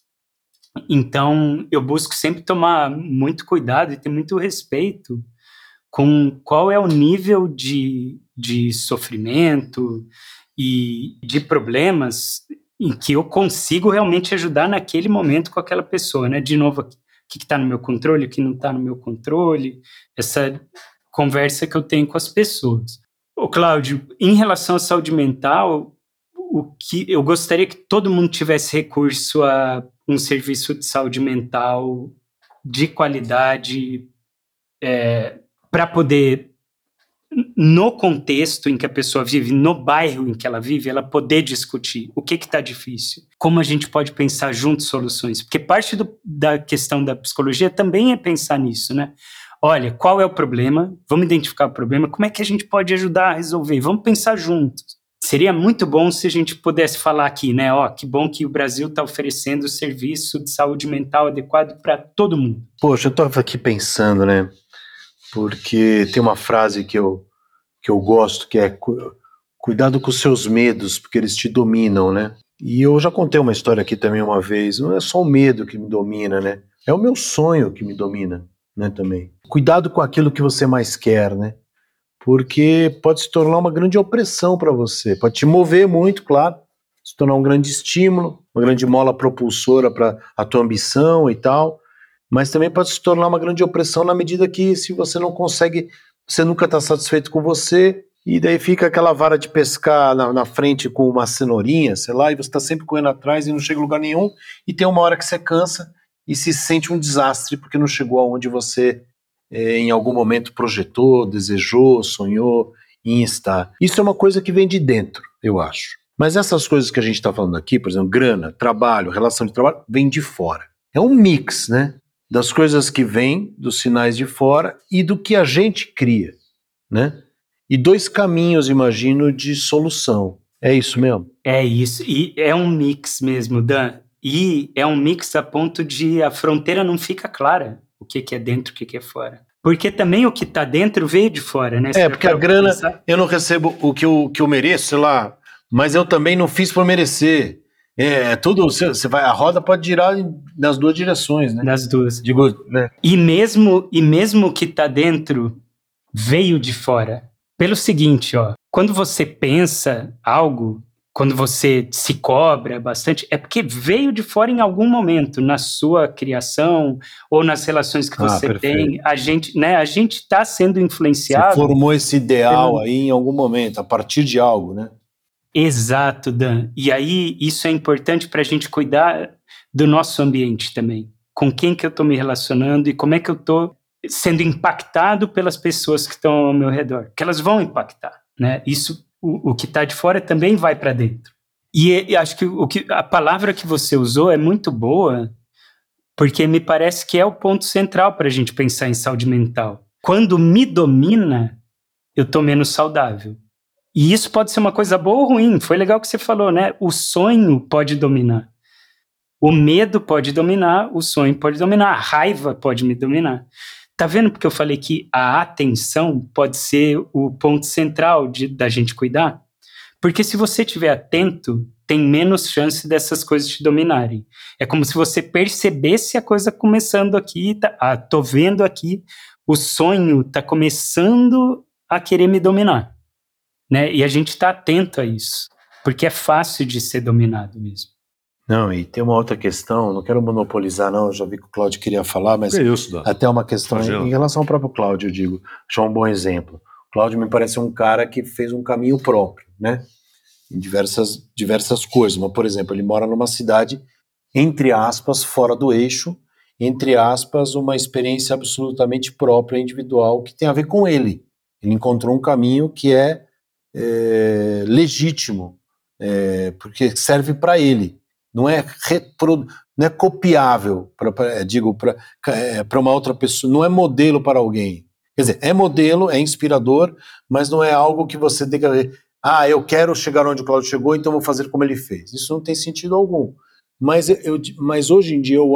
Então, eu busco sempre tomar muito cuidado e ter muito respeito com qual é o nível de sofrimento e de problemas em que eu consigo realmente ajudar naquele momento com aquela pessoa, né? De novo, o que está no meu controle, o que não está no meu controle, essa conversa que eu tenho com as pessoas. Ô, Cláudio, em relação à saúde mental, o que eu gostaria que todo mundo tivesse recurso a um serviço de saúde mental de qualidade, para poder, no contexto em que a pessoa vive, no bairro em que ela vive, ela poder discutir o que está difícil, como a gente pode pensar juntos soluções, porque parte da questão da psicologia também é pensar nisso, né? Olha, qual é o problema? Vamos identificar o problema, como é que a gente pode ajudar a resolver? Vamos pensar juntos. Seria muito bom se a gente pudesse falar aqui, né? Que bom que o Brasil está oferecendo serviço de saúde mental adequado para todo mundo. Poxa, eu estava aqui pensando, né? Porque tem uma frase que eu gosto, que é cuidado com os seus medos, porque eles te dominam, né? E eu já contei uma história aqui também uma vez, não é só o medo que me domina, né? É o meu sonho que me domina, né, também. Cuidado com aquilo que você mais quer, né? Porque pode se tornar uma grande opressão para você, pode te mover muito, claro, se tornar um grande estímulo, uma grande mola propulsora para a tua ambição e tal, mas também pode se tornar uma grande opressão na medida que, se você não consegue, você nunca está satisfeito com você, e daí fica aquela vara de pescar na frente com uma cenourinha, sei lá, e você está sempre correndo atrás e não chega a lugar nenhum, e tem uma hora que você cansa e se sente um desastre porque não chegou aonde você em algum momento projetou, desejou, sonhou em estar. Isso é uma coisa que vem de dentro, eu acho. Mas essas coisas que a gente está falando aqui, por exemplo, grana, trabalho, relação de trabalho, vem de fora. É um mix, né? Das coisas que vêm, dos sinais de fora e do que a gente cria, né? E dois caminhos, imagino, de solução. É isso mesmo? É isso. E é um mix mesmo, Dan. E é um mix a ponto de a fronteira não fica clara. O que é dentro, o que é fora. Porque também o que está dentro veio de fora, né? Porque a grana, eu não recebo o que eu mereço, sei lá, mas eu também não fiz por merecer. Tudo, você vai, a roda pode girar nas duas direções, né? Das duas. Digo, né? E mesmo que tá dentro, veio de fora. Pelo seguinte, ó, quando você pensa algo, quando você se cobra bastante, é porque veio de fora em algum momento, na sua criação ou nas relações que você tem. A gente está sendo influenciado. Você formou esse ideal aí em algum momento, a partir de algo, né? Exato, Dan. E aí, isso é importante para a gente cuidar do nosso ambiente também. Com quem que eu estou me relacionando e como é que eu estou sendo impactado pelas pessoas que estão ao meu redor. Que elas vão impactar, né? Isso, o que está de fora também vai para dentro. E acho que a palavra que você usou é muito boa, porque me parece que é o ponto central para a gente pensar em saúde mental. Quando me domina, eu estou menos saudável. E isso pode ser uma coisa boa ou ruim. Foi legal que você falou, né? O sonho pode dominar. O medo pode dominar, o sonho pode dominar, a raiva pode me dominar. Tá vendo porque eu falei que a atenção pode ser o ponto central da gente cuidar? Porque se você estiver atento, tem menos chance dessas coisas te dominarem. É como se você percebesse a coisa começando aqui, tô vendo aqui, o sonho tá começando a querer me dominar. Né? E a gente está atento a isso, porque é fácil de ser dominado mesmo. Não, e tem uma outra questão, não quero monopolizar não, eu já vi que o Cláudio queria falar, mas até uma questão em relação ao próprio Cláudio, eu digo, achar um bom exemplo. O Cláudio me parece um cara que fez um caminho próprio, né, em diversas coisas, mas, por exemplo, ele mora numa cidade, entre aspas, fora do eixo, entre aspas, uma experiência absolutamente própria, individual, que tem a ver com ele. Ele encontrou um caminho que é legítimo, porque serve para ele, não é copiável para uma outra pessoa, não é modelo para alguém. Quer dizer, é modelo, é inspirador, mas não é algo que você tem que eu quero chegar onde o Cláudio chegou, então vou fazer como ele fez. Isso não tem sentido algum. Mas hoje em dia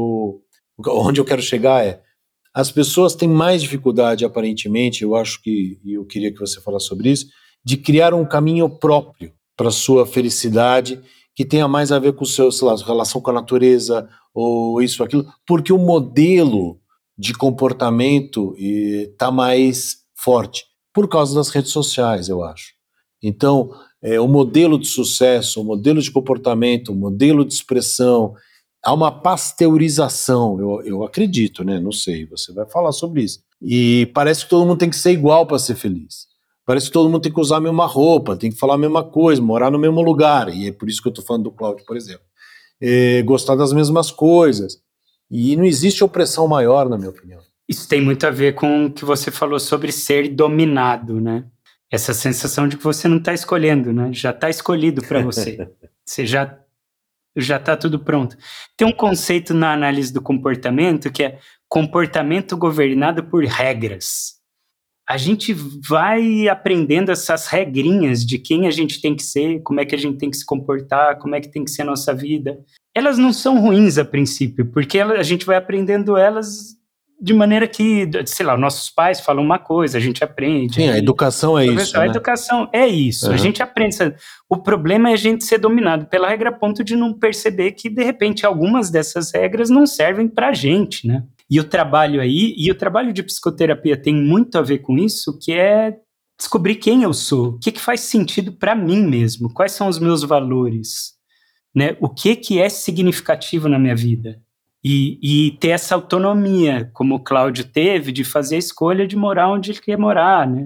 onde eu quero chegar as pessoas têm mais dificuldade, aparentemente, eu acho que, e eu queria que você falasse sobre isso, de criar um caminho próprio para a sua felicidade, que tenha mais a ver com o seu, sei lá, relação com a natureza, ou isso, aquilo, porque o modelo de comportamento está mais forte, por causa das redes sociais, eu acho. Então, o modelo de sucesso, o modelo de comportamento, o modelo de expressão, há uma pasteurização, eu acredito, né? Não sei, você vai falar sobre isso. E parece que todo mundo tem que ser igual para ser feliz. Parece que todo mundo tem que usar a mesma roupa, tem que falar a mesma coisa, morar no mesmo lugar. E é por isso que eu estou falando do Cláudio, por exemplo. Gostar das mesmas coisas. E não existe opressão maior, na minha opinião. Isso tem muito a ver com o que você falou sobre ser dominado, né? Essa sensação de que você não está escolhendo, né? Já está escolhido para você. Você já está tudo pronto. Tem um conceito na análise do comportamento que é comportamento governado por regras. A gente vai aprendendo essas regrinhas de quem a gente tem que ser, como é que a gente tem que se comportar, como é que tem que ser a nossa vida. Elas não são ruins a princípio, porque a gente vai aprendendo elas de maneira que, sei lá, nossos pais falam uma coisa, a gente aprende. Sim, a educação é isso, A educação é isso, a gente aprende. O problema é a gente ser dominado pela regra a ponto de não perceber que, de repente, algumas dessas regras não servem pra gente, né? E o trabalho de psicoterapia tem muito a ver com isso, que é descobrir quem eu sou, o que faz sentido para mim mesmo, quais são os meus valores, né? O que é significativo na minha vida. E ter essa autonomia, como o Cláudio teve, de fazer a escolha de morar onde ele quer morar, né?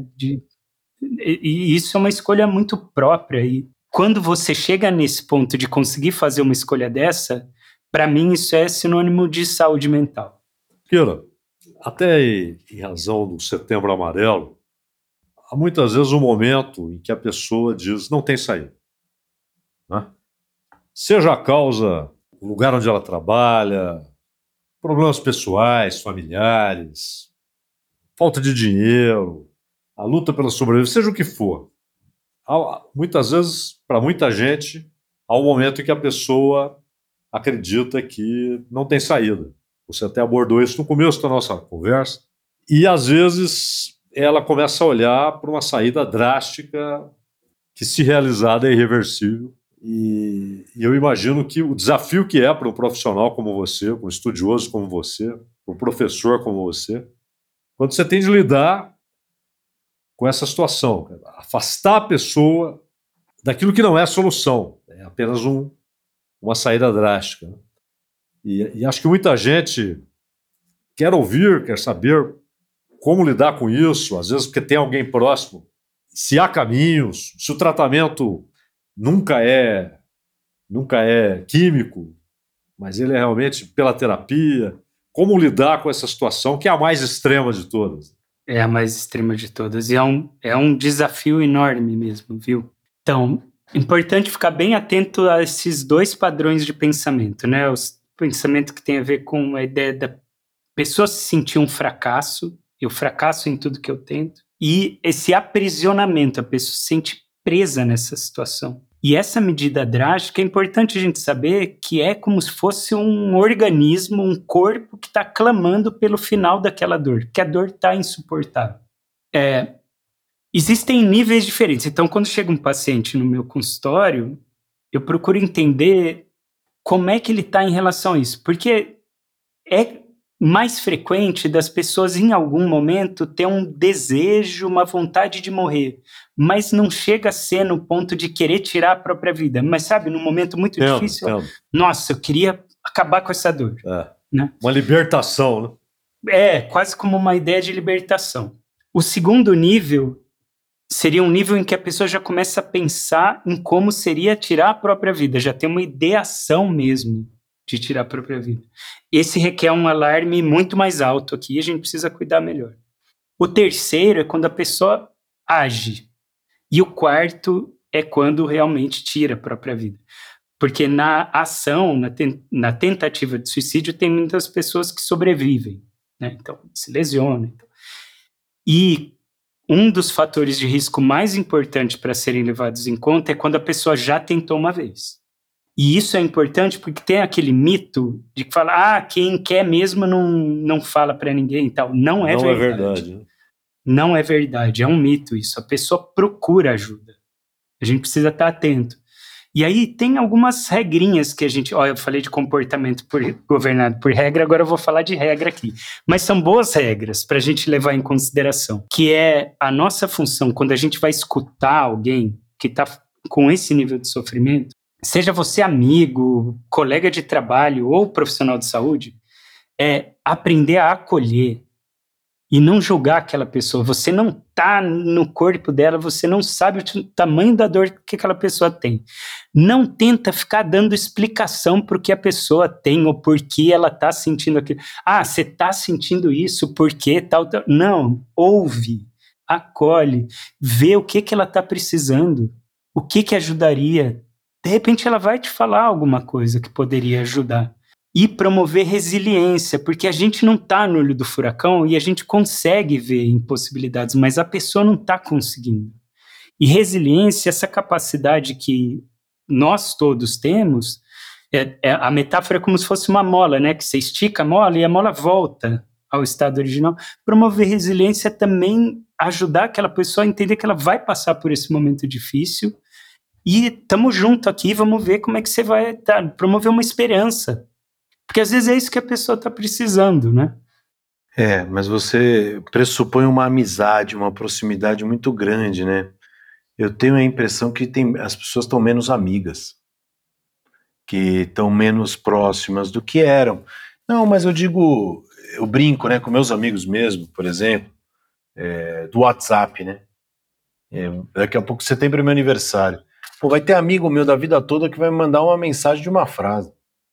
E isso é uma escolha muito própria. E quando você chega nesse ponto de conseguir fazer uma escolha dessa, para mim isso é sinônimo de saúde mental. Kira, até em razão do Setembro Amarelo, há muitas vezes um momento em que a pessoa diz não tem saída, né? Seja a causa o lugar onde ela trabalha, problemas pessoais, familiares, falta de dinheiro, a luta pela sobrevivência, seja o que for. Muitas vezes, para muita gente, há um momento em que a pessoa acredita que não tem saída. Você até abordou isso no começo da nossa conversa. E, às vezes, ela começa a olhar para uma saída drástica que, se realizada, é irreversível E eu imagino que o desafio que é para um profissional como você, para um estudioso como você, para um professor como você, quando você tem de lidar com essa situação, afastar a pessoa daquilo que não é a solução, é apenas uma saída drástica. E acho que muita gente quer ouvir, quer saber como lidar com isso, às vezes porque tem alguém próximo, se há caminhos, se o tratamento nunca é químico, mas ele é realmente pela terapia, como lidar com essa situação que é a mais extrema de todas. É a mais extrema de todas. E é um desafio enorme mesmo, viu? Então, importante ficar bem atento a esses dois padrões de pensamento, né? O pensamento que tem a ver com a ideia da pessoa se sentir um fracasso, eu fracasso em tudo que eu tento, e esse aprisionamento, a pessoa se sente presa nessa situação. E essa medida drástica é importante a gente saber que é como se fosse um organismo, um corpo que está clamando pelo final daquela dor, que a dor está insuportável. Existem níveis diferentes. Então, quando chega um paciente no meu consultório, eu procuro entender como é que ele está em relação a isso. Porque é mais frequente das pessoas, em algum momento, ter um desejo, uma vontade de morrer, mas não chega a ser no ponto de querer tirar a própria vida. Mas, sabe, num momento muito difícil, nossa, eu queria acabar com essa dor. Né? Uma libertação, né? Quase como uma ideia de libertação. O segundo nível seria um nível em que a pessoa já começa a pensar em como seria tirar a própria vida, já tem uma ideação mesmo de tirar a própria vida. Esse requer um alarme muito mais alto aqui, a gente precisa cuidar melhor. O terceiro é quando a pessoa age. E o quarto é quando realmente tira a própria vida. Porque na ação, na tentativa de suicídio, tem muitas pessoas que sobrevivem, né? Então, se lesionam. E um dos fatores de risco mais importantes para serem levados em conta é quando a pessoa já tentou uma vez. E isso é importante porque tem aquele mito de que fala, quem quer mesmo não fala para ninguém e tal. Não é verdade. Não é verdade, é um mito isso. A pessoa procura ajuda. A gente precisa estar atento. E aí tem algumas regrinhas que a gente... eu falei de comportamento governado por regra, agora eu vou falar de regra aqui. Mas são boas regras para a gente levar em consideração, que é a nossa função, quando a gente vai escutar alguém que está com esse nível de sofrimento, seja você amigo, colega de trabalho ou profissional de saúde, é aprender a acolher e não julgar aquela pessoa. Você não está no corpo dela, você não sabe o tamanho da dor que aquela pessoa tem. Não tenta ficar dando explicação para o que a pessoa tem ou por que ela está sentindo aquilo. Você está sentindo isso, por quê, tal. Não, ouve, acolhe, vê o que ela está precisando, o que ajudaria. De repente ela vai te falar alguma coisa que poderia ajudar. E promover resiliência, porque a gente não está no olho do furacão e a gente consegue ver impossibilidades, mas a pessoa não está conseguindo. E resiliência, essa capacidade que nós todos temos, a metáfora é como se fosse uma mola, né? Que você estica a mola e a mola volta ao estado original. Promover resiliência é também ajudar aquela pessoa a entender que ela vai passar por esse momento difícil e estamos juntos aqui, vamos ver como é que você vai promover uma esperança. Porque às vezes é isso que a pessoa está precisando, né? Mas você pressupõe uma amizade, uma proximidade muito grande, né? Eu tenho a impressão que as pessoas estão menos amigas, que estão menos próximas do que eram. Não, mas eu brinco, né, com meus amigos mesmo, por exemplo, do WhatsApp, né? Daqui a pouco setembro é meu aniversário. Pô, vai ter amigo meu da vida toda que vai me mandar uma mensagem de uma frase.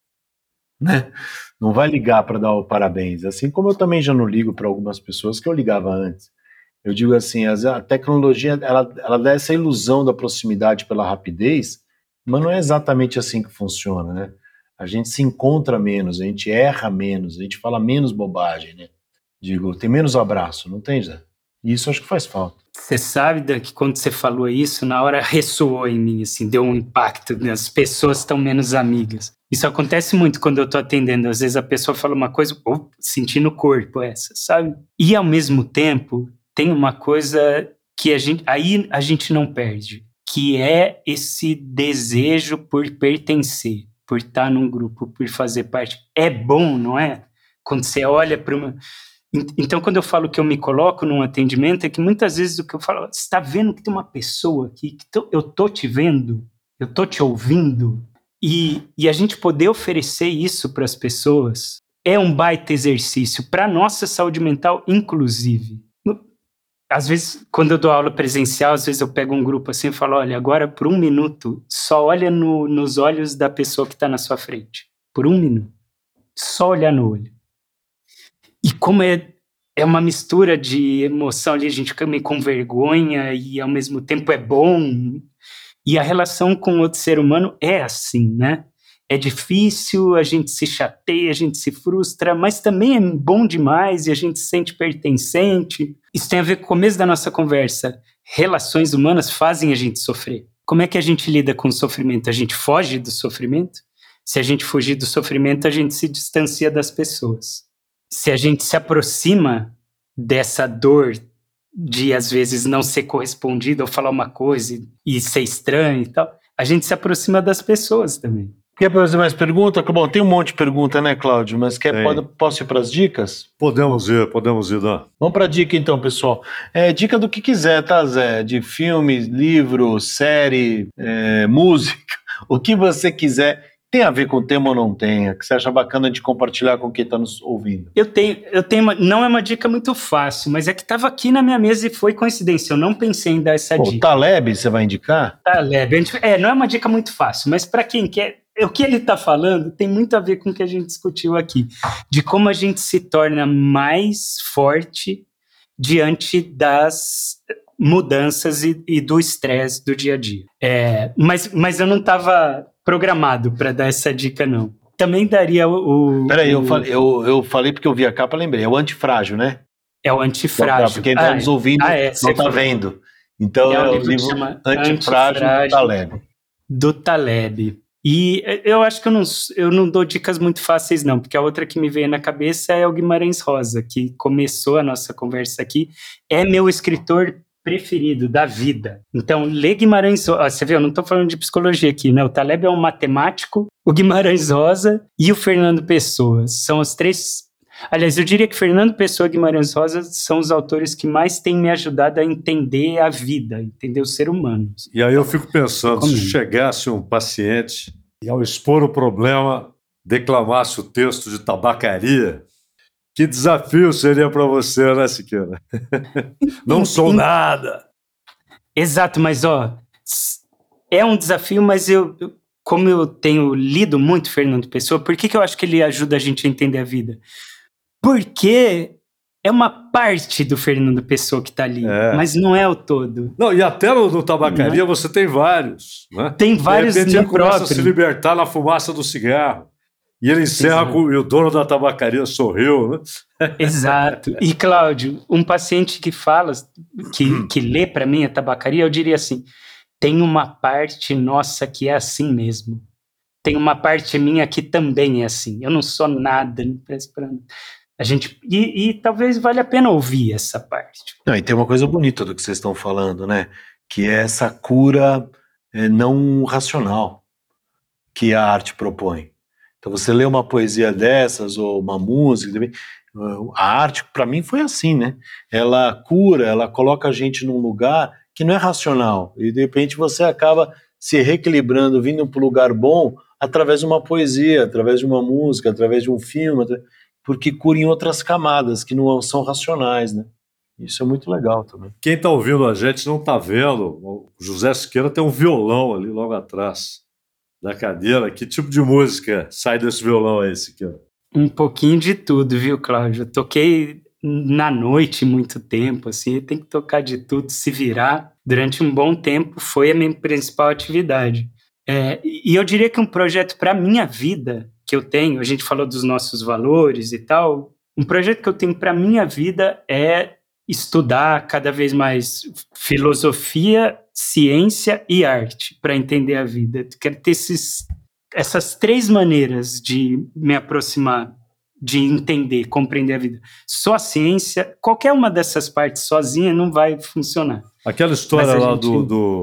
Né? Não vai ligar para dar o parabéns, assim como eu também já não ligo para algumas pessoas que eu ligava antes. Eu digo assim, a tecnologia ela dá essa ilusão da proximidade pela rapidez, mas não é exatamente assim que funciona, né? A gente se encontra menos, a gente erra menos, a gente fala menos bobagem, né? Digo, tem menos abraço, não tem, Zé? E isso acho que faz falta. Você sabe que quando você falou isso, na hora ressoou em mim, assim, deu um impacto, né? As pessoas estão menos amigas. Isso acontece muito quando eu tô atendendo. Às vezes a pessoa fala uma coisa, senti no corpo essa, sabe? E ao mesmo tempo, tem uma coisa que a gente não perde, que é esse desejo por pertencer, por estar num grupo, por fazer parte. É bom, não é? Quando você olha para uma... Então, quando eu falo que eu me coloco num atendimento, é que muitas vezes o que eu falo, você está vendo que tem uma pessoa aqui, que eu tô te vendo, eu tô te ouvindo, e a gente poder oferecer isso para as pessoas é um baita exercício para a nossa saúde mental, inclusive. Às vezes, quando eu dou aula presencial, às vezes eu pego um grupo assim e falo, olha, agora por 1 minuto, só olha nos olhos da pessoa que está na sua frente. Por 1 minuto. Só olhar no olho. E como é uma mistura de emoção ali, a gente fica meio com vergonha e ao mesmo tempo é bom. E a relação com outro ser humano é assim, né? É difícil, a gente se chateia, a gente se frustra, mas também é bom demais e a gente se sente pertencente. Isso tem a ver com o começo da nossa conversa. Relações humanas fazem a gente sofrer. Como é que a gente lida com o sofrimento? A gente foge do sofrimento? Se a gente fugir do sofrimento, a gente se distancia das pessoas. Se a gente se aproxima dessa dor de, às vezes, não ser correspondido ou falar uma coisa e ser estranho e tal, a gente se aproxima das pessoas também. Quer fazer mais pergunta? Bom, tem um monte de pergunta, né, Cláudio? Mas posso ir para as dicas? Podemos ir, Dan. Vamos para a dica então, pessoal. Dica do que quiser, tá, Zé? De filme, livro, série, música, o que você quiser. Tem a ver com o tema ou não tem? Que você acha bacana de compartilhar com quem está nos ouvindo? Eu tenho não é uma dica muito fácil, mas é que estava aqui na minha mesa e foi coincidência. Eu não pensei em dar essa dica. O Taleb, você vai indicar? Taleb. Não é uma dica muito fácil, mas para quem quer... O que ele está falando tem muito a ver com o que a gente discutiu aqui, de como a gente se torna mais forte diante das mudanças e do estresse do dia a dia. Mas eu não estava programado para dar essa dica, não. Também daria Peraí, eu falei porque eu vi a capa, lembrei. É o Antifrágil, né? É o Antifrágil. Porque quem está nos ouvindo não está vendo. Então é o livro Antifrágil do Taleb. Do Taleb. E eu acho que eu não dou dicas muito fáceis, não, porque a outra que me veio na cabeça é o Guimarães Rosa, que começou a nossa conversa aqui. É meu escritor preferido da vida. Então, lê Guimarães Rosa. Você vê, eu não estou falando de psicologia aqui, né? O Taleb é um matemático, o Guimarães Rosa e o Fernando Pessoa. São os três... Aliás, eu diria que Fernando Pessoa e Guimarães Rosa são os autores que mais têm me ajudado a entender a vida, entender o ser humano. E aí eu fico pensando, se chegasse um paciente e ao expor o problema declamasse o texto de tabacaria, que desafio seria para você, né, Siqueira? Não sou nada. Exato, mas é um desafio, mas como eu tenho lido muito Fernando Pessoa, por que eu acho que ele ajuda a gente a entender a vida? Porque é uma parte do Fernando Pessoa que está ali, mas não é o todo. Não, e até no Tabacaria você tem vários. Né? Tem vários. De repente ele começa a se libertar na fumaça do cigarro. E ele encerra e o dono da tabacaria sorriu, né? Exato. E, Cláudio, um paciente que fala, que lê para mim a tabacaria, eu diria assim, tem uma parte nossa que é assim mesmo. Tem uma parte minha que também é assim. Eu não sou nada, não presto pra... E talvez valha a pena ouvir essa parte. Não, e tem uma coisa bonita do que vocês estão falando, né? Que é essa cura não racional que a arte propõe. Então você lê uma poesia dessas ou uma música, a arte para mim foi assim, né? Ela cura, ela coloca a gente num lugar que não é racional e de repente você acaba se reequilibrando, vindo para um lugar bom através de uma poesia, através de uma música, através de um filme, porque cura em outras camadas que não são racionais, né? Isso é muito legal também. Quem está ouvindo a gente não está vendo, o José Siqueira tem um violão ali logo atrás da cadeira. Que tipo de música sai desse violão aí, Siqueira? Um pouquinho de tudo, viu, Cláudio? Eu toquei na noite muito tempo, assim, tem que tocar de tudo, se virar. Durante um bom tempo foi a minha principal atividade. E eu diria que um projeto para a minha vida que eu tenho, a gente falou dos nossos valores e tal, um projeto que eu tenho para a minha vida é estudar cada vez mais filosofia, ciência e arte para entender a vida. Eu quero ter essas 3 maneiras de me aproximar, de entender, compreender a vida. Só a ciência, qualquer uma dessas partes sozinha não vai funcionar. Aquela história lá do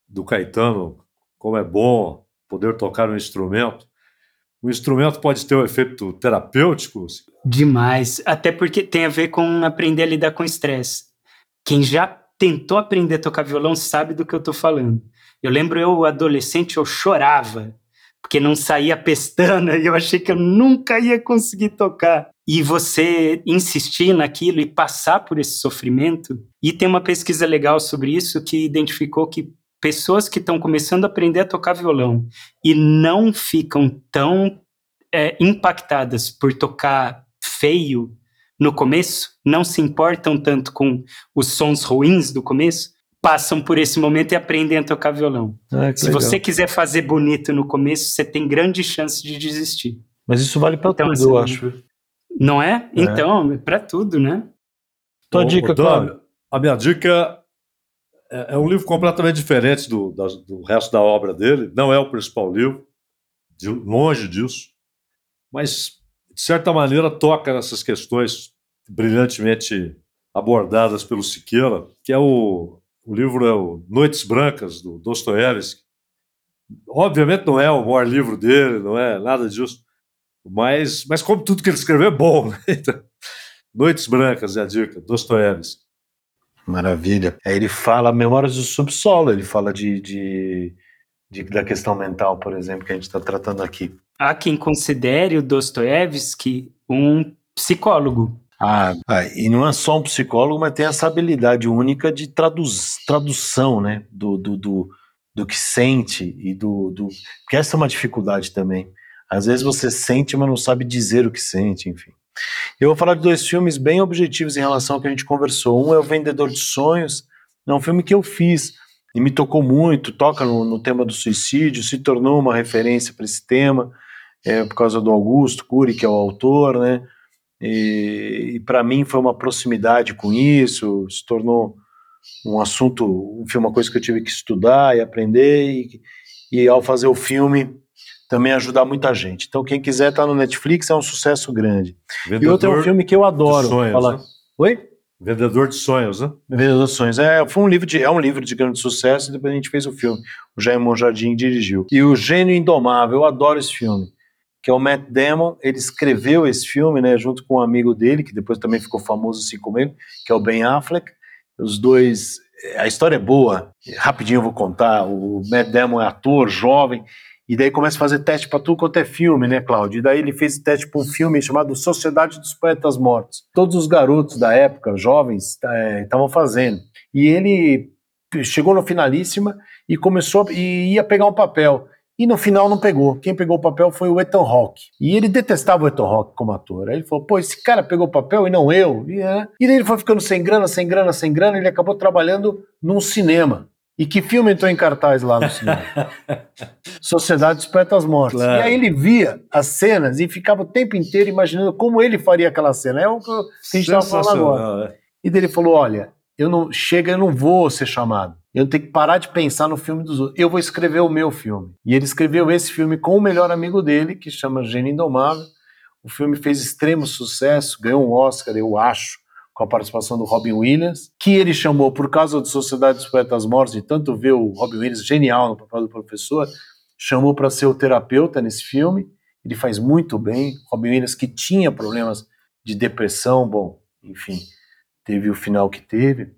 do Caetano, como é bom poder tocar um instrumento. O instrumento pode ter um efeito terapêutico? Demais, até porque tem a ver com aprender a lidar com estresse. Quem já tentou aprender a tocar violão sabe do que eu tô falando. Eu lembro eu, adolescente, eu chorava, porque não saía a pestana e eu achei que eu nunca ia conseguir tocar. E você insistir naquilo e passar por esse sofrimento. E tem uma pesquisa legal sobre isso que identificou que pessoas que estão começando a aprender a tocar violão e não ficam tão impactadas por tocar feio no começo, não se importam tanto com os sons ruins do começo, passam por esse momento e aprendem a tocar violão. Se legal. você quiser fazer bonito no começo, você tem grande chance de desistir. Mas isso vale pra Então, tudo, assim, eu acho. Não é? Então, é pra tudo, né? Tua dica, Cláudio? A minha dica é um livro completamente diferente do resto da obra dele. Não é o principal livro, longe disso. Mas, de certa maneira, toca nessas questões brilhantemente abordadas pelo Siqueira, que é o livro é o Noites Brancas, do Dostoiévski. Obviamente não é o maior livro dele, não é nada disso, mas como tudo que ele escreveu é bom, né? Então, Noites Brancas é a dica, Dostoiévski. Maravilha. Ele fala Memórias do Subsolo, ele fala da questão mental, por exemplo, que a gente está tratando aqui. Há quem considere o Dostoiévski um psicólogo. E não é só um psicólogo, mas tem essa habilidade única de tradução, né, do que sente e porque essa é uma dificuldade também. Às vezes você sente, mas não sabe dizer o que sente, enfim. Eu vou falar de 2 filmes bem objetivos em relação ao que a gente conversou. Um é O Vendedor de Sonhos, é um filme que eu fiz e me tocou muito, toca no tema do suicídio, se tornou uma referência para esse tema, por causa do Augusto Cury, que é o autor, né? E para mim foi uma proximidade com isso, se tornou um assunto, um filme, uma coisa que eu tive que estudar e aprender, e ao fazer o filme também ajudar muita gente. Então quem quiser tá no Netflix, é um sucesso grande. E outro é um filme que eu adoro. Sonhos, né? Oi? Vendedor de Sonhos, né? Vendedor de Sonhos. Foi um livro de grande sucesso, e depois a gente fez o filme. O Jaime Monjardim dirigiu. E O Gênio Indomável, eu adoro esse filme, que é o Matt Damon. Ele escreveu esse filme, né, junto com um amigo dele, que depois também ficou famoso assim como ele, que é o Ben Affleck. Os dois, a história é boa, rapidinho eu vou contar. O Matt Damon é ator, jovem, e daí começa a fazer teste para tudo quanto é filme, né, Cláudio? E daí ele fez teste para um filme chamado Sociedade dos Poetas Mortos. Todos os garotos da época, jovens, estavam fazendo. E ele chegou na finalíssima e ia pegar um papel. E no final não pegou. Quem pegou o papel foi o Ethan Hawke. E ele detestava o Ethan Hawke como ator. Aí ele falou, pô, esse cara pegou o papel e não eu. E daí ele foi ficando sem grana, e ele acabou trabalhando num cinema. E que filme entrou em cartaz lá no cinema? Sociedade dos Poetas Mortos. Claro. E aí ele via as cenas e ficava o tempo inteiro imaginando como ele faria aquela cena. É o que a gente estava falando agora. E daí ele falou, olha, eu não vou ser chamado. Eu tenho que parar de pensar no filme dos outros. Eu vou escrever o meu filme. E ele escreveu esse filme com o melhor amigo dele, que chama Gênio Indomável. O filme fez extremo sucesso, ganhou um Oscar, eu acho, com a participação do Robin Williams, que ele chamou, por causa de Sociedade dos Poetas Mortos, de tanto ver o Robin Williams genial no papel do professor, chamou para ser o terapeuta nesse filme. Ele faz muito bem. Robin Williams, que tinha problemas de depressão, bom, enfim, teve o final que teve,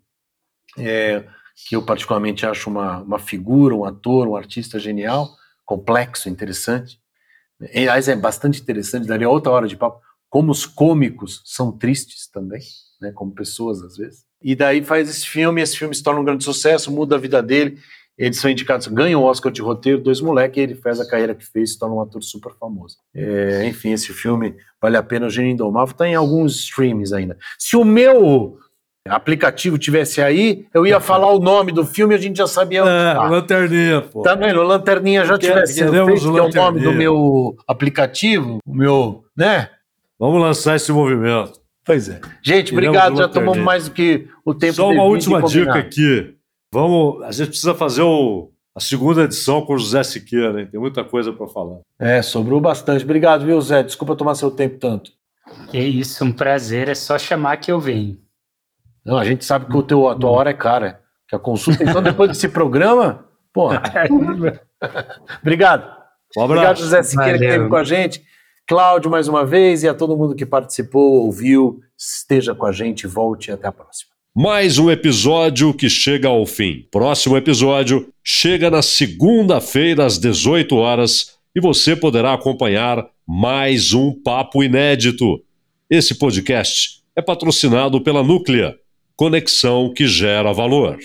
que eu particularmente acho uma figura, um ator, um artista genial, complexo, interessante. Aliás, é bastante interessante, daria outra hora de papo, como os cômicos são tristes também, né, como pessoas às vezes. E daí faz esse filme se torna um grande sucesso, muda a vida dele, eles são indicados, ganham o Oscar de roteiro, 2 moleques, e ele faz a carreira que fez, se torna um ator super famoso. Enfim, esse filme vale a pena, o Gênio Indomável, está em alguns streams ainda. Se o meu aplicativo tivesse aí, eu ia falar o nome do filme e a gente já sabia onde tá. Lanterninha, pô. Tá vendo? Lanterninha já tivesse feito, que é o nome do meu aplicativo, o meu, né? Vamos lançar esse movimento. Pois é. Gente, obrigado, já tomamos mais do que o tempo. Só uma última dica aqui. A gente precisa fazer a segunda edição com o José Siqueira, hein? Tem muita coisa para falar. Sobrou bastante. Obrigado, viu, Zé? Desculpa tomar seu tempo tanto. Que isso, um prazer, é só chamar que eu venho. Não, a gente sabe que a tua hora é cara, que a consulta. Então, depois desse programa, Porra. Obrigado. Um Obrigado, abraço. José Siqueira, que Valeu. esteve com a gente. Cláudio, mais uma vez, e a todo mundo que participou, ouviu, esteja com a gente, volte e até a próxima. Mais um episódio que chega ao fim. Próximo episódio chega na segunda-feira às 18 horas e você poderá acompanhar mais um papo inédito. Esse podcast é patrocinado pela Núclea, conexão que gera valor.